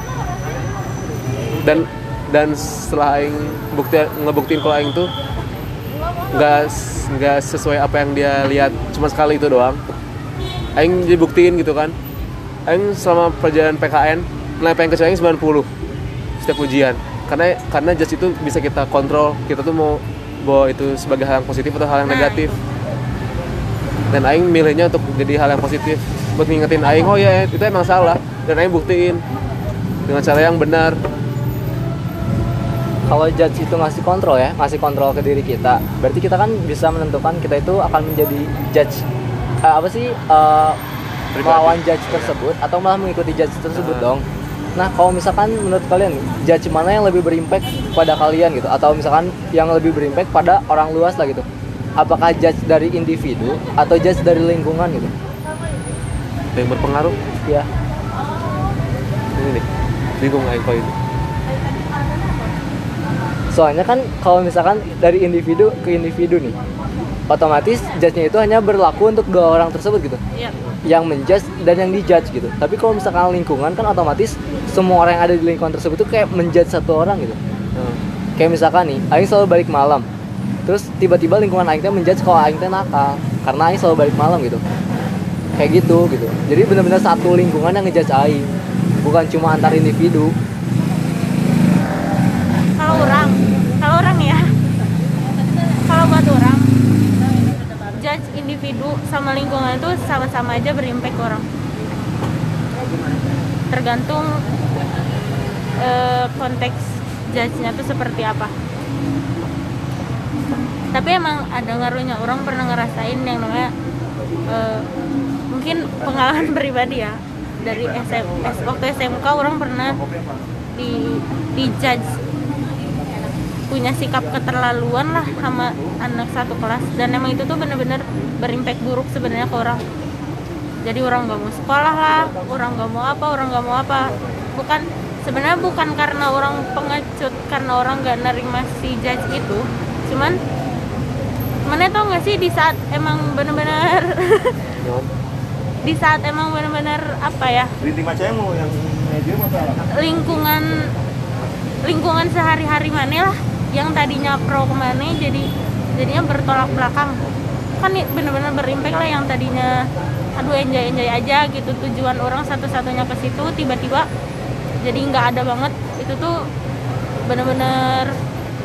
Dan setelah Aing ngebuktiin kalau Aing tuh nggak sesuai apa yang dia lihat, cuma sekali itu doang. Aing dibuktiin gitu kan. Aing selama pelajaran PKN nilai paling kecil Aing 90 setiap ujian. Karena judge itu bisa kita kontrol. Kita tuh mau bawa itu sebagai hal yang positif atau hal yang negatif. Dan Aing milihnya untuk jadi hal yang positif, buat ngingetin Aing, oh ya itu emang salah. Dan Aing buktiin dengan cara yang benar. Kalau judge itu ngasih kontrol ke diri kita, berarti kita kan bisa menentukan kita itu akan menjadi judge melawan judge tersebut atau malah mengikuti judge tersebut dong. Nah kalau misalkan menurut kalian judge mana yang lebih berimpact pada kalian gitu, atau misalkan yang lebih berimpact pada orang luas lah gitu, apakah judge dari individu atau judge dari lingkungan gitu? Yang berpengaruh? Ya. Ini nih, bingung Aing kalau itu. Soalnya kan kalau misalkan dari individu ke individu nih, otomatis judge-nya itu hanya berlaku untuk dua orang tersebut gitu. Iya. Yang menjudge dan yang dijudge gitu. Tapi kalau misalkan lingkungan kan otomatis semua orang yang ada di lingkungan tersebut tuh kayak menjudge satu orang gitu. Kayak misalkan nih, Aing selalu balik malam. Terus tiba-tiba lingkungan Aing teh menjudge kalau Aing teh nakal karena Aing selalu balik malam gitu. Kayak gitu. Jadi benar-benar satu lingkungan yang ngejudge Aing, bukan cuma antar individu. Kalau orang ya, kalau buat orang judge individu sama lingkungan itu sama-sama aja berimpact ke orang, tergantung konteks judge-nya tuh seperti apa. Tapi emang ada ngaruhnya. Orang pernah ngerasain yang namanya mungkin pengalaman pribadi ya, dari waktu SMK orang pernah di judge punya sikap keterlaluan lah sama anak satu kelas, dan emang itu tuh bener-bener berimpact buruk sebenarnya ke orang. Jadi orang nggak mau sekolah lah, orang nggak mau apa. Sebenarnya bukan karena orang pengecut, karena orang nggak nerima si judge itu. Cuman mana tau nggak sih, di saat emang bener-bener apa ya, lingkungan sehari-hari mana lah yang tadinya pro kemana jadinya bertolak belakang kan, bener-bener berimpact lah. Yang tadinya aduh enjoy aja gitu, tujuan orang satu-satunya ke situ, tiba-tiba jadi nggak ada banget. Itu tuh bener-bener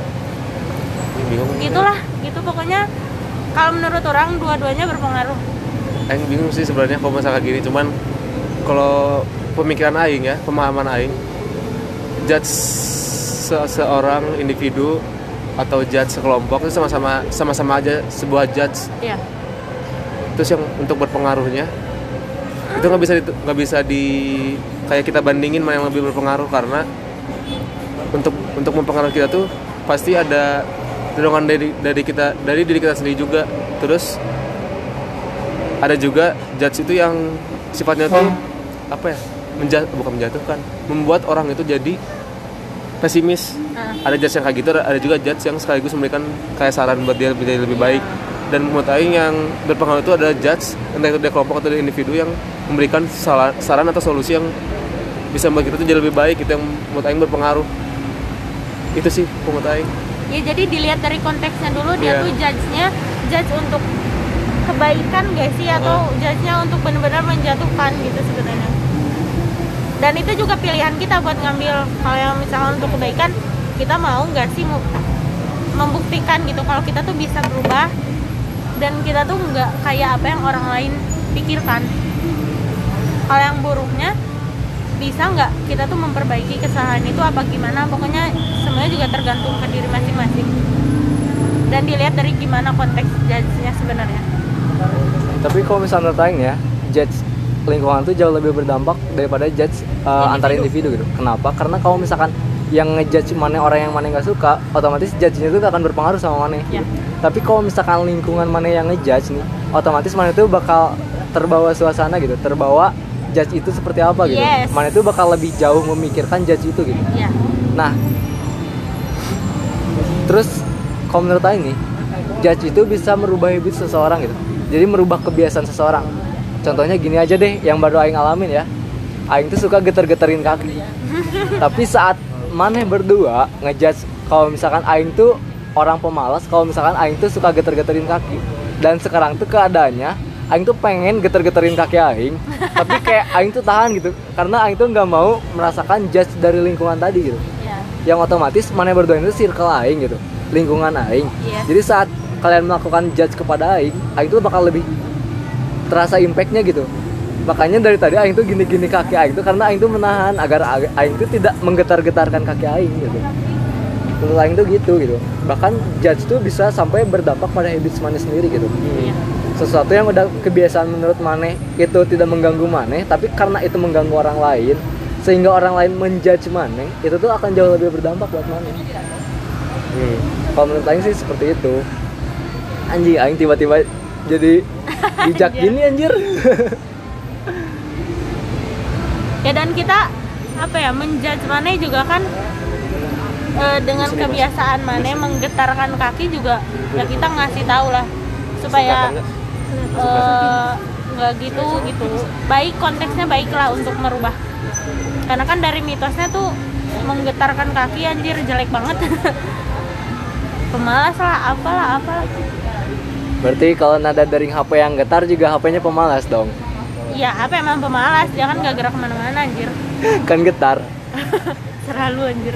gitulah gitu pokoknya. Kalau menurut orang dua-duanya berpengaruh. Aing bingung sih sebenarnya kalau masalah gini, cuman kalau pemikiran Aing ya, pemahaman Aing, judge seorang individu atau judge sekelompok itu sama-sama aja sebuah judge. Iya. Terus yang untuk berpengaruhnya itu nggak bisa kayak kita bandingin mana yang lebih berpengaruh, karena untuk mempengaruhi kita tuh pasti ada dorongan dari diri kita sendiri juga. Terus ada juga judge itu yang sifatnya tuh apa ya, bukan menjatuhkan, membuat orang itu jadi pesimis. Ada judge yang kayak gitu, ada juga judge yang sekaligus memberikan kayak saran buat dia menjadi lebih baik. Dan menurut Aing yang berpengaruh itu adalah judge, entah itu dia kelompok atau dia individu yang memberikan saran atau solusi yang bisa membuat kita tuh jadi lebih baik. Itu yang menurut Aing berpengaruh. Itu sih menurut Aing. Ya jadi dilihat dari konteksnya dulu, dia tuh judge untuk kebaikan gak sih, atau judge-nya untuk benar-benar menjatuhkan gitu sebenarnya. Dan itu juga pilihan kita buat ngambil. Kalau yang misalnya untuk kebaikan, kita mau nggak sih membuktikan gitu kalau kita tuh bisa berubah dan kita tuh nggak kayak apa yang orang lain pikirkan. Kalau yang buruknya, bisa nggak kita tuh memperbaiki kesalahan itu apa gimana. Pokoknya semuanya juga tergantung ke diri masing-masing dan dilihat dari gimana konteks judge-nya sebenarnya. Tapi kalau misalnya tanya ya, judge lingkungan tuh jauh lebih berdampak daripada judge antar individu gitu. Kenapa? Karena kalau misalkan yang ngejudge mana orang yang mana nggak suka, otomatis judge-nya itu akan berpengaruh sama mana. Ya. Tapi kalau misalkan lingkungan mana yang ngejudge nih, otomatis mana itu bakal terbawa suasana gitu, terbawa judge itu seperti apa gitu. Yes. Mana itu bakal lebih jauh memikirkan judge itu gitu. Ya. Nah, terus kalau menurut Aing nih, judge itu bisa merubah habit seseorang gitu. Jadi merubah kebiasaan seseorang. Contohnya gini aja deh, yang baru Aing alamin ya. Aing tuh suka geter-geterin kaki. Tapi saat maneh berdua ngejudge kalau misalkan Aing tuh orang pemalas, kalau misalkan Aing tuh suka geter-geterin kaki. Dan sekarang tuh keadaannya Aing tuh pengen geter-geterin kaki Aing, tapi kayak Aing tuh tahan gitu, karena Aing tuh nggak mau merasakan judge dari lingkungan tadi gitu. Ya. Yang otomatis maneh berdua itu circle Aing gitu, lingkungan Aing. Yes. Jadi saat kalian melakukan judge kepada Aing tuh bakal lebih terasa impactnya gitu. Makanya dari tadi Aing tuh gini-gini kaki Aing tuh karena Aing tuh menahan agar Aing tuh tidak menggetar-getarkan kaki Aing gitu. Menurut Aing tuh gitu. Bahkan judge tuh bisa sampai berdampak pada habits maneh sendiri gitu. Sesuatu yang udah kebiasaan menurut maneh itu tidak mengganggu maneh, tapi karena itu mengganggu orang lain sehingga orang lain menjudge maneh, itu tuh akan jauh lebih berdampak buat maneh. Kalau menurut Aing sih seperti itu. Anjing, Aing tiba-tiba jadi bijak gini anjir. Ya dan kita apa ya, menjudge maneh juga kan dengan kebiasaan maneh menggetarkan kaki juga, ya kita ngasih tahu lah supaya nggak gitu. Baik, konteksnya baiklah untuk merubah. Karena kan dari mitosnya tuh menggetarkan kaki anjir jelek banget. Pemalas lah, apalah. Berarti kalau nada dering HP yang getar juga HP-nya pemalas dong. Iya, HP emang pemalas, dia kan nggak gerak kemana-mana anjir. Kan getar. Terlalu anjir.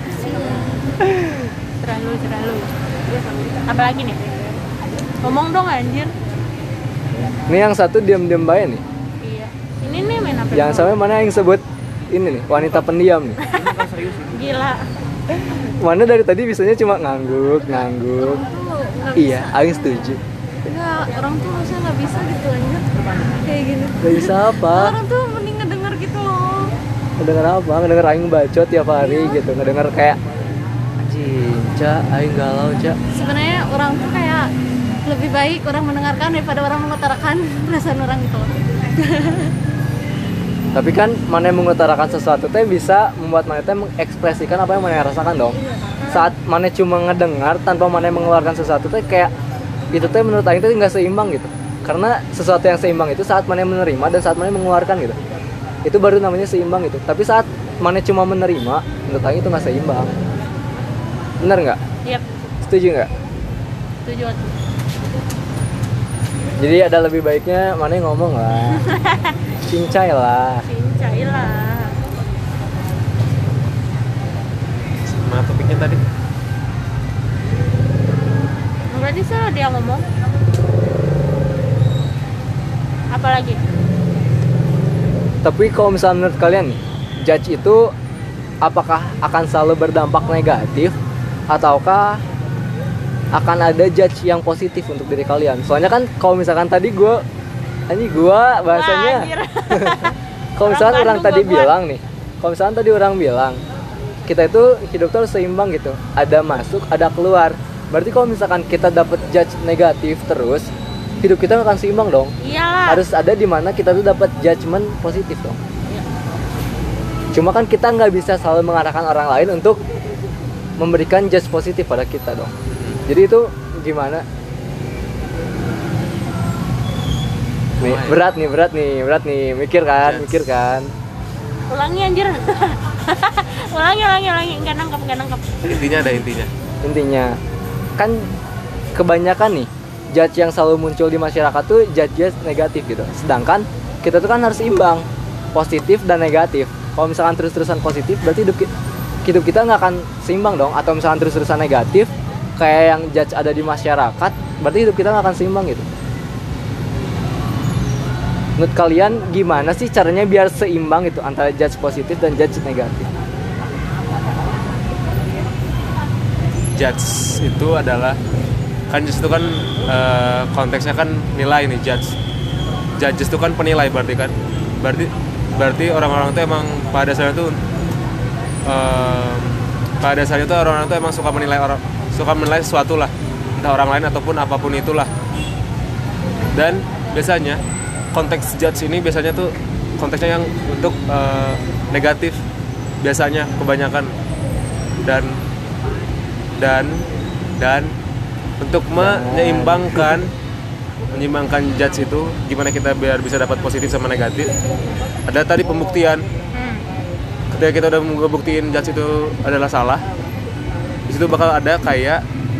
Terlalu. Apalagi nih? Ngomong dong anjir. Ini yang satu diam-diam bae nih. Iya. Ini nih main apa? Yang sama mana yang sebut ini nih, wanita pendiam nih. Gila. Mana dari tadi bisanya cuma ngangguk. Iya, Aing setuju. Enggak, orang tuh harusnya nggak bisa gitu aja kayak gini. Gak bisa apa? Orang tuh mending ngedenger gitu loh. Ngedenger apa? Ngedenger Aing bacot tiap hari gitu. Ngedenger kayak anjing, Ca, Aing galau, Ca. Sebenarnya orang tuh kayak lebih baik orang mendengarkan daripada orang mengutarakan perasaan orang gitu loh. Tapi kan mana yang mengutarakan sesuatu teh bisa membuat mana teh mengekspresikan apa yang mana rasakan dong. Saat mana cuma ngedengar tanpa mana mengeluarkan sesuatu teh kayak itu teh menurut Aing teh nggak seimbang gitu. Karena sesuatu yang seimbang itu saat mana menerima dan saat mana mengeluarkan gitu. Itu baru namanya seimbang gitu. Tapi saat mana cuma menerima, menurut Aing itu nggak seimbang. Bener nggak? Yap. Setuju nggak? Setuju. Jadi ada lebih baiknya mana yang ngomong lah. Cincai lah. Mana topiknya tadi? Berarti salah dia ngomong. Apalagi? Tapi kalau misalnya menurut kalian nih, judge itu apakah akan selalu berdampak negatif ataukah akan ada judge yang positif untuk diri kalian? Soalnya kan kalau misalkan tadi gue bahasanya kalau misalkan orang tadi bilang nih, kalau misalkan tadi orang bilang kita itu hidup terus seimbang gitu, ada masuk ada keluar. Berarti kalau misalkan kita dapat judge negatif terus, hidup kita nggak akan seimbang dong. Iyalah. Harus ada di mana kita tuh dapat judgement positif dong. Cuma kan kita nggak bisa selalu mengarahkan orang lain untuk memberikan judge positif pada kita dong. Jadi itu gimana? Nih, berat nih, mikir kan. Ulangi anjir. ulangi, nggak nangkep. Intinya kan kebanyakan nih judge yang selalu muncul di masyarakat tuh judge negatif gitu. Sedangkan kita tuh kan harus imbang, positif dan negatif. Kalau misalkan terus-terusan positif berarti hidup kita nggak akan seimbang dong. Atau misalkan terus-terusan negatif kayak yang judge ada di masyarakat, berarti hidup kita nggak akan seimbang gitu. Menurut kalian gimana sih caranya biar seimbang itu antara judge positif dan judge negatif? Judge itu adalah judge itu kan konteksnya kan nilai nih. Judges itu kan penilai berarti kan. Berarti orang-orang itu emang pada dasarnya tuh orang-orang itu emang suka menilai sesuatu lah, entah orang lain ataupun apapun itulah. Dan biasanya konteks judge ini biasanya tuh konteksnya yang untuk negatif biasanya kebanyakan, dan untuk menyeimbangkan judge itu gimana kita biar bisa dapat positif sama negatif, ada tadi pembuktian. Ketika kita udah ngebuktiin judge itu adalah salah, di situ bakal ada kayak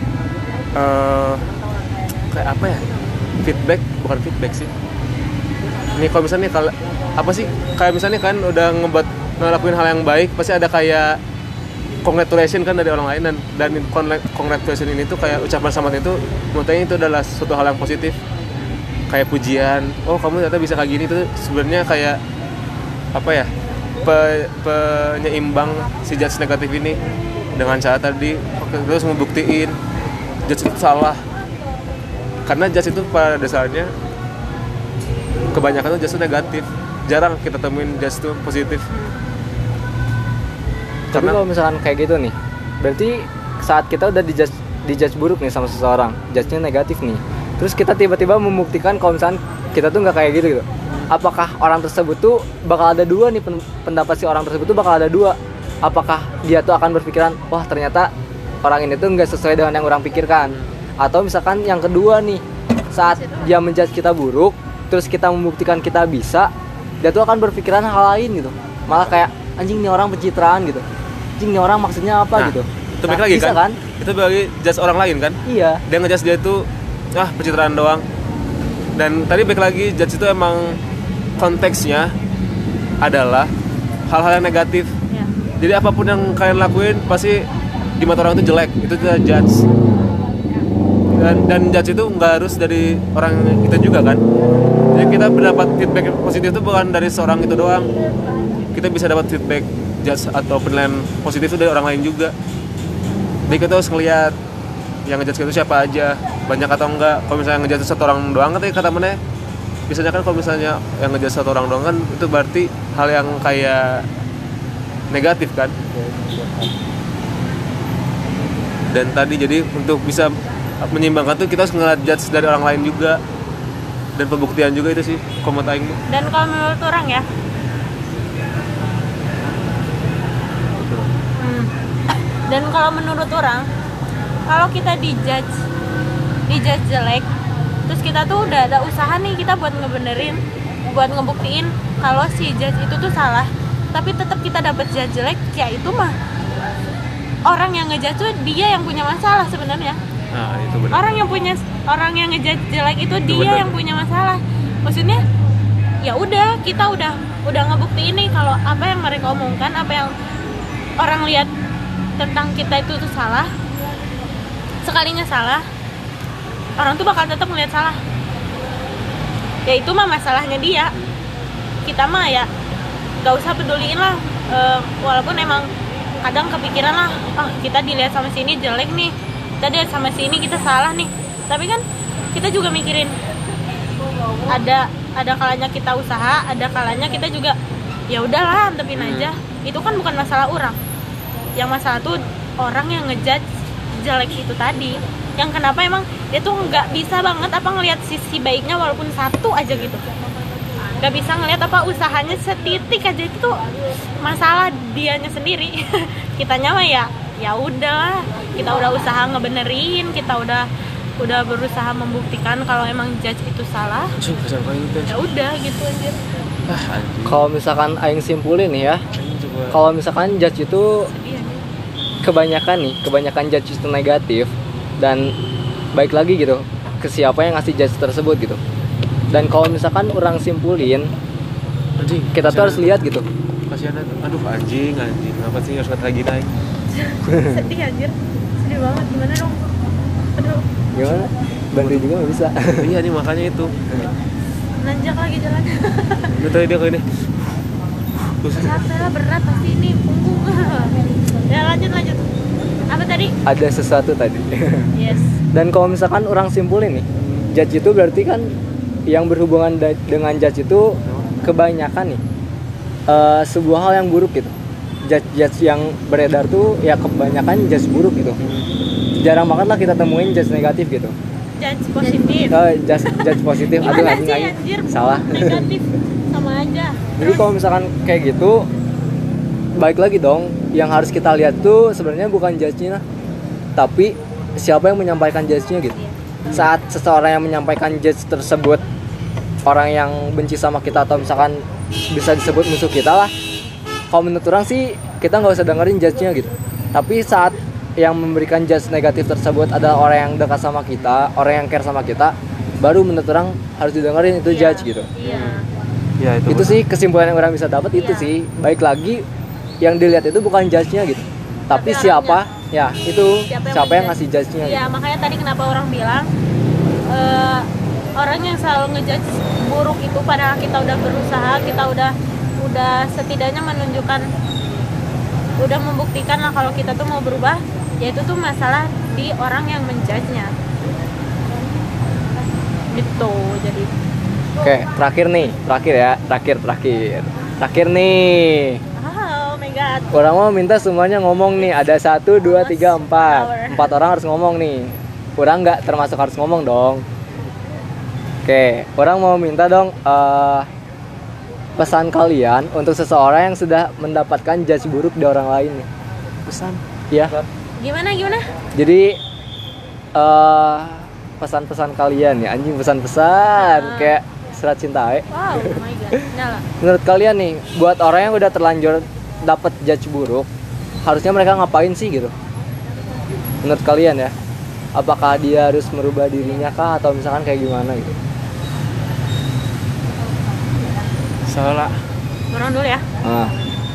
apa ya, bukan feedback sih. Ini kalau misalnya kayak misalnya kan udah ngelakuin hal yang baik, pasti ada kayak congratulation kan dari orang lain, dan congratulation ini tuh kayak ucapan selamat itu menurutnya itu adalah suatu hal yang positif, kayak pujian. Oh, kamu ternyata bisa kayak gini, tuh sebenarnya kayak apa ya, penyeimbang si judge negatif ini dengan cara tadi terus membuktiin judge itu salah. Karena judge itu pada dasarnya kebanyakan tuh judge itu negatif, jarang kita temuin judge itu positif. Tapi kalau misalkan kayak gitu nih, berarti saat kita udah dijudge buruk nih sama seseorang, judge-nya negatif nih, terus kita tiba-tiba membuktikan kalau misalkan kita tuh nggak kayak gitu. Apakah orang tersebut tuh bakal ada dua nih, pendapat si orang tersebut tuh bakal ada dua. Apakah dia tuh akan berpikiran, wah ternyata orang ini tuh nggak sesuai dengan yang orang pikirkan. Atau misalkan yang kedua nih, saat dia menjudge kita buruk, terus kita membuktikan kita bisa, dia tuh akan berpikiran hal lain gitu. Malah kayak, anjing nih orang pencitraan gitu. Anjing nih orang maksudnya apa gitu. Itu balik lagi kan? Itu bagi judge orang lain kan? Iya. Dia ngejudge dia itu pencitraan doang. Dan tadi balik lagi, judge itu emang konteksnya adalah hal-hal yang negatif. Ya. Jadi apapun yang kalian lakuin pasti di mata orang itu jelek. Itu kita judge. Dan judge itu nggak harus dari orang kita juga kan. Jadi kita mendapat feedback positif itu bukan dari seorang itu doang. Kita bisa dapat feedback judge atau penilaian positif itu dari orang lain juga. Jadi kita harus ngeliat yang ngejudge itu siapa aja, banyak atau enggak. Kalau misalnya ngejudge satu orang doang, kata mana? Biasanya kan kalau misalnya yang ngejudge satu orang doang kan itu berarti hal yang kayak negatif kan. Dan tadi jadi untuk bisa menyeimbangkan tuh kita harus ngeliat judge dari orang lain juga, dan pembuktian juga itu sih komentar aing. Dan kalau menurut orang ya, dan kalau menurut orang, kalau kita dijudge jelek, terus kita tuh udah ada usaha nih kita buat ngebenerin, buat ngebuktiin kalau si judge itu tuh salah, tapi tetap kita dapat judge jelek, ya itu mah orang yang ngejudge tuh dia yang punya masalah sebenarnya. Nah, itu benar. Orang yang ngejudge jelek itu dia yang punya masalah. Maksudnya ya udah, kita udah ngebuktiin nih kalau apa yang mereka omongkan, apa yang orang lihat tentang kita itu tuh salah. Sekalinya salah, orang tuh bakal tetap melihat salah. Ya itu mah masalahnya dia. Kita mah ya gak usah peduliin lah. Walaupun emang kadang kepikiran lah, kita dilihat sama sini jelek nih, kita dilihat sama sini kita salah nih. Tapi kan kita juga mikirin, ada kalanya kita usaha, ada kalanya kita juga ya udahlah antepin aja. Itu kan bukan masalah orang. Yang masalah tuh orang yang ngejudge jelek itu tadi, yang kenapa emang dia tuh nggak bisa banget ngelihat sisi baiknya walaupun satu aja gitu, nggak bisa ngelihat apa usahanya setitik aja itu tuh masalah dianya sendiri. Kitanya mah ya udah, kita udah usaha ngebenerin, kita udah berusaha membuktikan kalau emang judge itu salah. Ya udah gitu anjir. Kalau misalkan aing simpulin nih ya, kalau misalkan judge itu Sedih anjir. kebanyakan judge itu negatif, dan baik lagi gitu ke siapa yang ngasih judge tersebut gitu. Dan kalau misalkan orang simpulin, Anjing, kita tuh harus lihat gitu. kasihan. Aduh anjing apa sih harus kata lagi naik. Sedih anjir, sedih banget, gimana dong? Aduh, Gimana? Bantu juga nggak bisa. Iya nih makanya itu. nanjak lagi jalannya. Lu tadi dia kayak ini. Capek lah, berat pasti ini punggung. Ya lanjut. Apa tadi? Ada sesuatu tadi. Yes. Dan kalau misalkan orang simpulin nih, judge itu berarti kan yang berhubungan dengan judge itu kebanyakan nih sebuah hal yang buruk gitu. Judge yang beredar tuh ya kebanyakan judge buruk gitu. Jarang banget lah kita temuin judge negatif gitu. Judge positif. Judge positif. Aduh Gimana anjing sih aing. anjir? Salah. Negatif sama aja. Jadi kalau misalkan kayak gitu, baik lagi dong, yang harus kita lihat tuh sebenarnya bukan judge-nya, tapi siapa yang menyampaikan judge-nya gitu. Saat seseorang yang menyampaikan judge tersebut orang yang benci sama kita atau misalkan bisa disebut musuh kita lah, kalau menurut orang sih kita nggak usah dengerin judge-nya gitu. Tapi saat yang memberikan judge negatif tersebut adalah orang yang dekat sama kita, orang yang care sama kita, baru menurut orang harus didengerin itu judge gitu. Iya. Ya Itu sih kesimpulan yang orang bisa dapat itu Iya. sih. Baik lagi yang dilihat itu bukan judge-nya gitu, tapi Tapi siapa ya itu siapa yang ngasih judge-nya Iya, gitu. makanya tadi kenapa orang bilang orang yang selalu ngejudge buruk itu padahal kita udah berusaha, kita udah setidaknya menunjukkan, udah membuktikan lah kalau kita tuh mau berubah, yaitu tuh masalah di orang yang menjudge-nya gitu. Jadi Oke, terakhir nih. oh my god, Orang mau minta semuanya ngomong nih. Ada 1, 2, 3, 4. 4 orang harus ngomong nih. Orang nggak termasuk harus ngomong dong. Oke, orang mau minta dong pesan kalian untuk seseorang yang sudah mendapatkan judge buruk di orang lain nih. pesan. Ya. gimana Jadi pesan-pesan kalian ya, anjing pesan-pesan kayak surat cinta. wow, oh my god, nyala. Menurut kalian nih, buat orang yang udah terlanjur dapat judge buruk, harusnya mereka ngapain sih gitu? Menurut kalian ya, apakah dia harus merubah dirinya kah atau misalkan kayak gimana gitu? Salah. Orang dulu ya. Nah,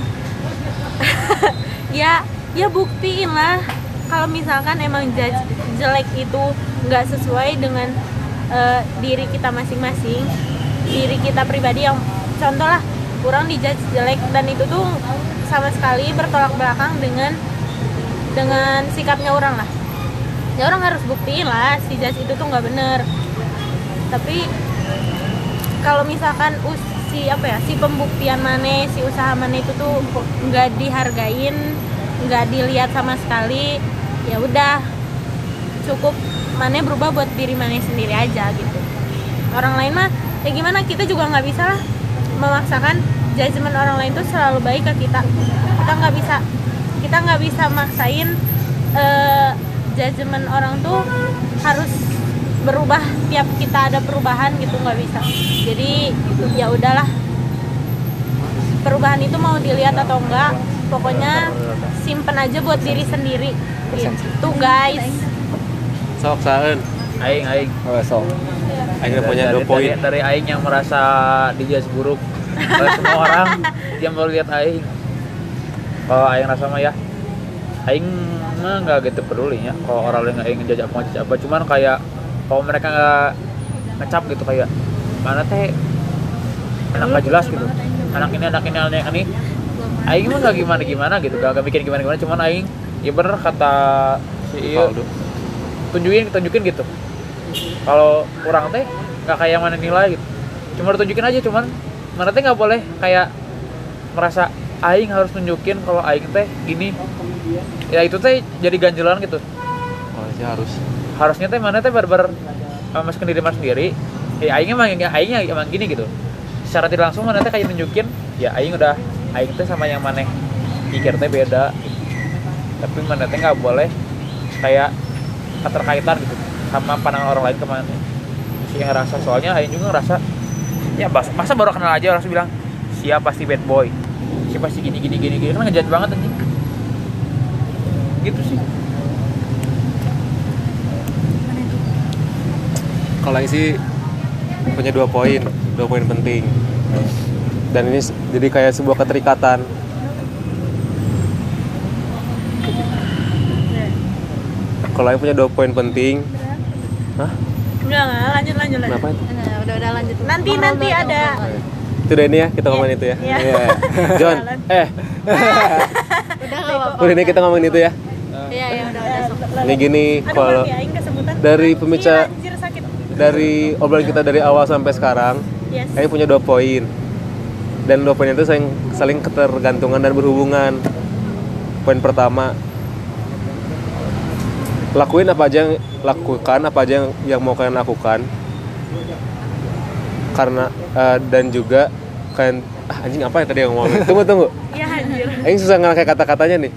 ya buktiin lah kalau misalkan emang judge jelek itu nggak sesuai dengan diri kita masing-masing, diri kita pribadi, yang contoh lah kurang dijudge jelek dan itu tuh sama sekali bertolak belakang dengan sikapnya orang lah, ya orang harus buktiin lah si judge itu tuh nggak bener. Tapi kalau misalkan si pembuktian mana, si usaha mana itu tuh nggak dihargain, nggak dilihat sama sekali, ya udah cukup mana berubah buat diri mana sendiri aja gitu. Orang lain mah ya gimana, kita juga nggak bisa lah memaksakan judgement orang lain tuh selalu baik ke kita. Kita nggak bisa maksain judgement orang tuh harus berubah tiap kita ada perubahan gitu, nggak bisa. Jadi ya udahlah, perubahan itu mau dilihat atau enggak, pokoknya simpen aja buat diri sendiri gitu guys. Sok saen. Aing so. Aing punya 2 poin. dari aing yang merasa dijudge buruk oleh semua orang yang baru lihat aing. Kalau aing rasa mah ya, aing mah nggak gitu peduli ya kalau orang lain nggak ingin ngejudge apa, cuman kayak kalau mereka nggak ngecap gitu kayak mana teh enak nggak jelas gitu, anak ini aing mah nggak gimana gitu, gak bikin gimana, cuman aing ya bener kata si Iyo, tunjukin gitu. Kalau orang teh nggak kayak mana nilai gitu, cuma tunjukin aja, cuman mana teh nggak boleh kayak merasa aing harus tunjukin kalau aing teh gini, ya itu teh jadi ganjelan gitu. Oh, ya Harusnya teh mana teh bar masukin diri mas sendiri, ya aing emang gini gitu. secara tidak langsung mana teh kayak nunjukin ya aing teh sama yang maneh pikir teh beda gitu. Tapi mana teh nggak boleh kayak keterkaitan gitu sama pandangan orang lain ke mana sih yang ngerasa. Soalnya aing juga ngerasa ya masa baru kenal aja langsung bilang siapa pasti bad boy, siapa pasti gini kan ngejat banget anjing gitu sih. Kalau yang sih punya 2 poin penting. Dan ini jadi kayak sebuah keterikatan. Kalau yang punya 2 poin penting. Hah? Enggak, lanjut. Kenapa itu? Nah, udah lanjut. Nanti ada. Itu udah ini ya, kita ngomongin itu ya. Iya. John, Udah enggak apa-apa. udah ini kita ngomongin itu ya. Iya, udah sok. Ini gini, Aduh, kalau mati aing kesebutan. dari pembicara Iya, anjir sakit. dari obrolan kita dari awal sampai sekarang, Yes. ini punya 2 poin. Dan 2 poin itu saling ketergantungan dan berhubungan. Poin pertama, lakukan apa aja yang mau kalian lakukan. Karena dan juga kalian anjing apa yang tadi yang ngomongin? Tunggu. Iya anjir. Aing susah ngerangkai kata-katanya nih.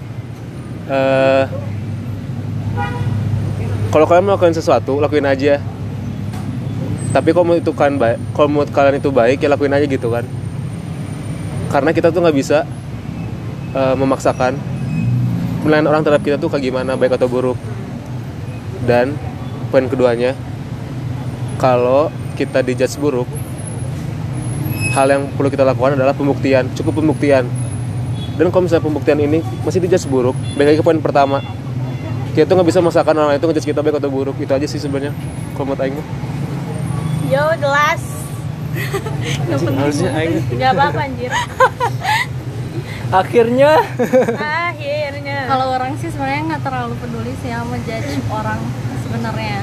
Kalau kalian melakukan sesuatu, lakuin aja. Tapi kalau menurut kalian itu baik, ya lakuin aja gitu kan. Karena kita tuh nggak bisa memaksakan penilaian orang terhadap kita tuh kayak gimana, baik atau buruk. Dan poin keduanya, kalau kita dijudge buruk, hal yang perlu kita lakukan adalah pembuktian, cukup pembuktian. Dan kalau misalnya pembuktian ini masih dijudge buruk, balik lagi ke poin pertama, kita tuh nggak bisa memaksakan orang lain itu ngejudge kita baik atau buruk. Itu aja sih sebenarnya kalau menurut Aing. Yo, jelas. Harusnya aing Enggak apa-apa anjir. akhirnya Kalau orang sih sebenarnya nggak terlalu peduli sih sama judge orang sebenarnya.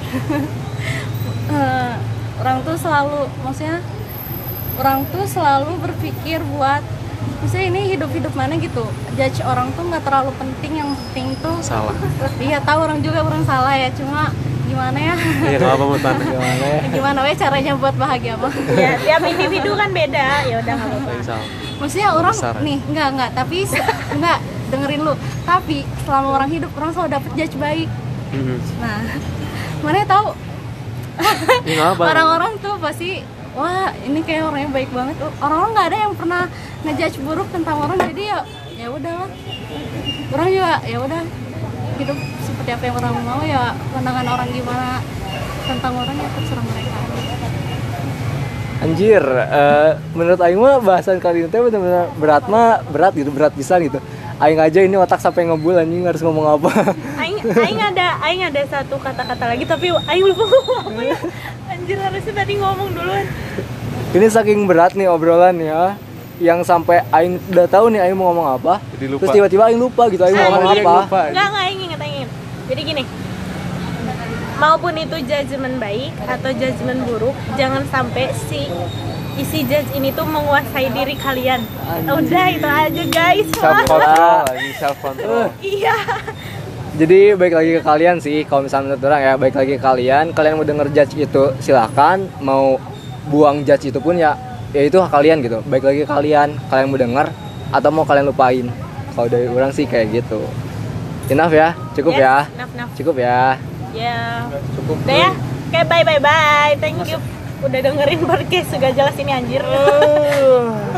Orang tuh selalu berpikir buat maksudnya ini hidup mana gitu. Judge orang tuh nggak terlalu penting, yang penting tuh Salah. iya tahu orang salah ya, cuma gimana ya Iya, nggak apa mau tanya. gimana we caranya buat bahagia mah. Ya, tiap individu kan beda. Ya udah enggak apa-apa. Salah. Maksudnya orang Besar. nih enggak tapi enggak dengerin lu, tapi selama orang hidup orang selalu dapet judge baik. Nah mana tahu Ini nggak apa. orang-orang tuh pasti wah ini kayak orangnya baik banget. Orang-orang nggak ada yang pernah ngejudge buruk tentang orang, jadi ya udahlah. Orang juga ya udah hidup seperti apa yang orang mau, ya pandangan orang gimana tentang orang ya terserah mereka. anjir. Menurut aing mah bahasan kali ini teh benar-benar berat bisa gitu. Aing aja ini otak sampai ngebul anjing harus ngomong apa. Aing ada satu kata-kata lagi tapi aing lupa ngomong apa ya. Anjir harusnya tadi ngomong duluan. Ini saking berat nih obrolan ya, yang sampai aing udah tahu nih aing mau ngomong apa, Jadi lupa. terus tiba-tiba aing lupa gitu aing mau ngomong apa. Enggak aing inget. Jadi gini, maupun itu judgement baik atau judgement buruk, jangan sampai si isi judge ini tuh menguasai diri kalian. Udah itu aja guys. Self control. Iya. Jadi baik lagi ke kalian sih, kalau misalnya menurut orang ya, baik lagi ke kalian mau denger judge itu silakan, mau buang judge itu pun ya itu hak kalian gitu. Baik lagi ke kalian mau denger atau mau kalian lupain. Kalau dari orang sih kayak gitu. Enough ya, cukup Yes, ya. enough. Cukup ya. Ya. Cukup. Udah ya. Oke, bye. Thank you. Udah dengerin podcast juga jelas ini anjir.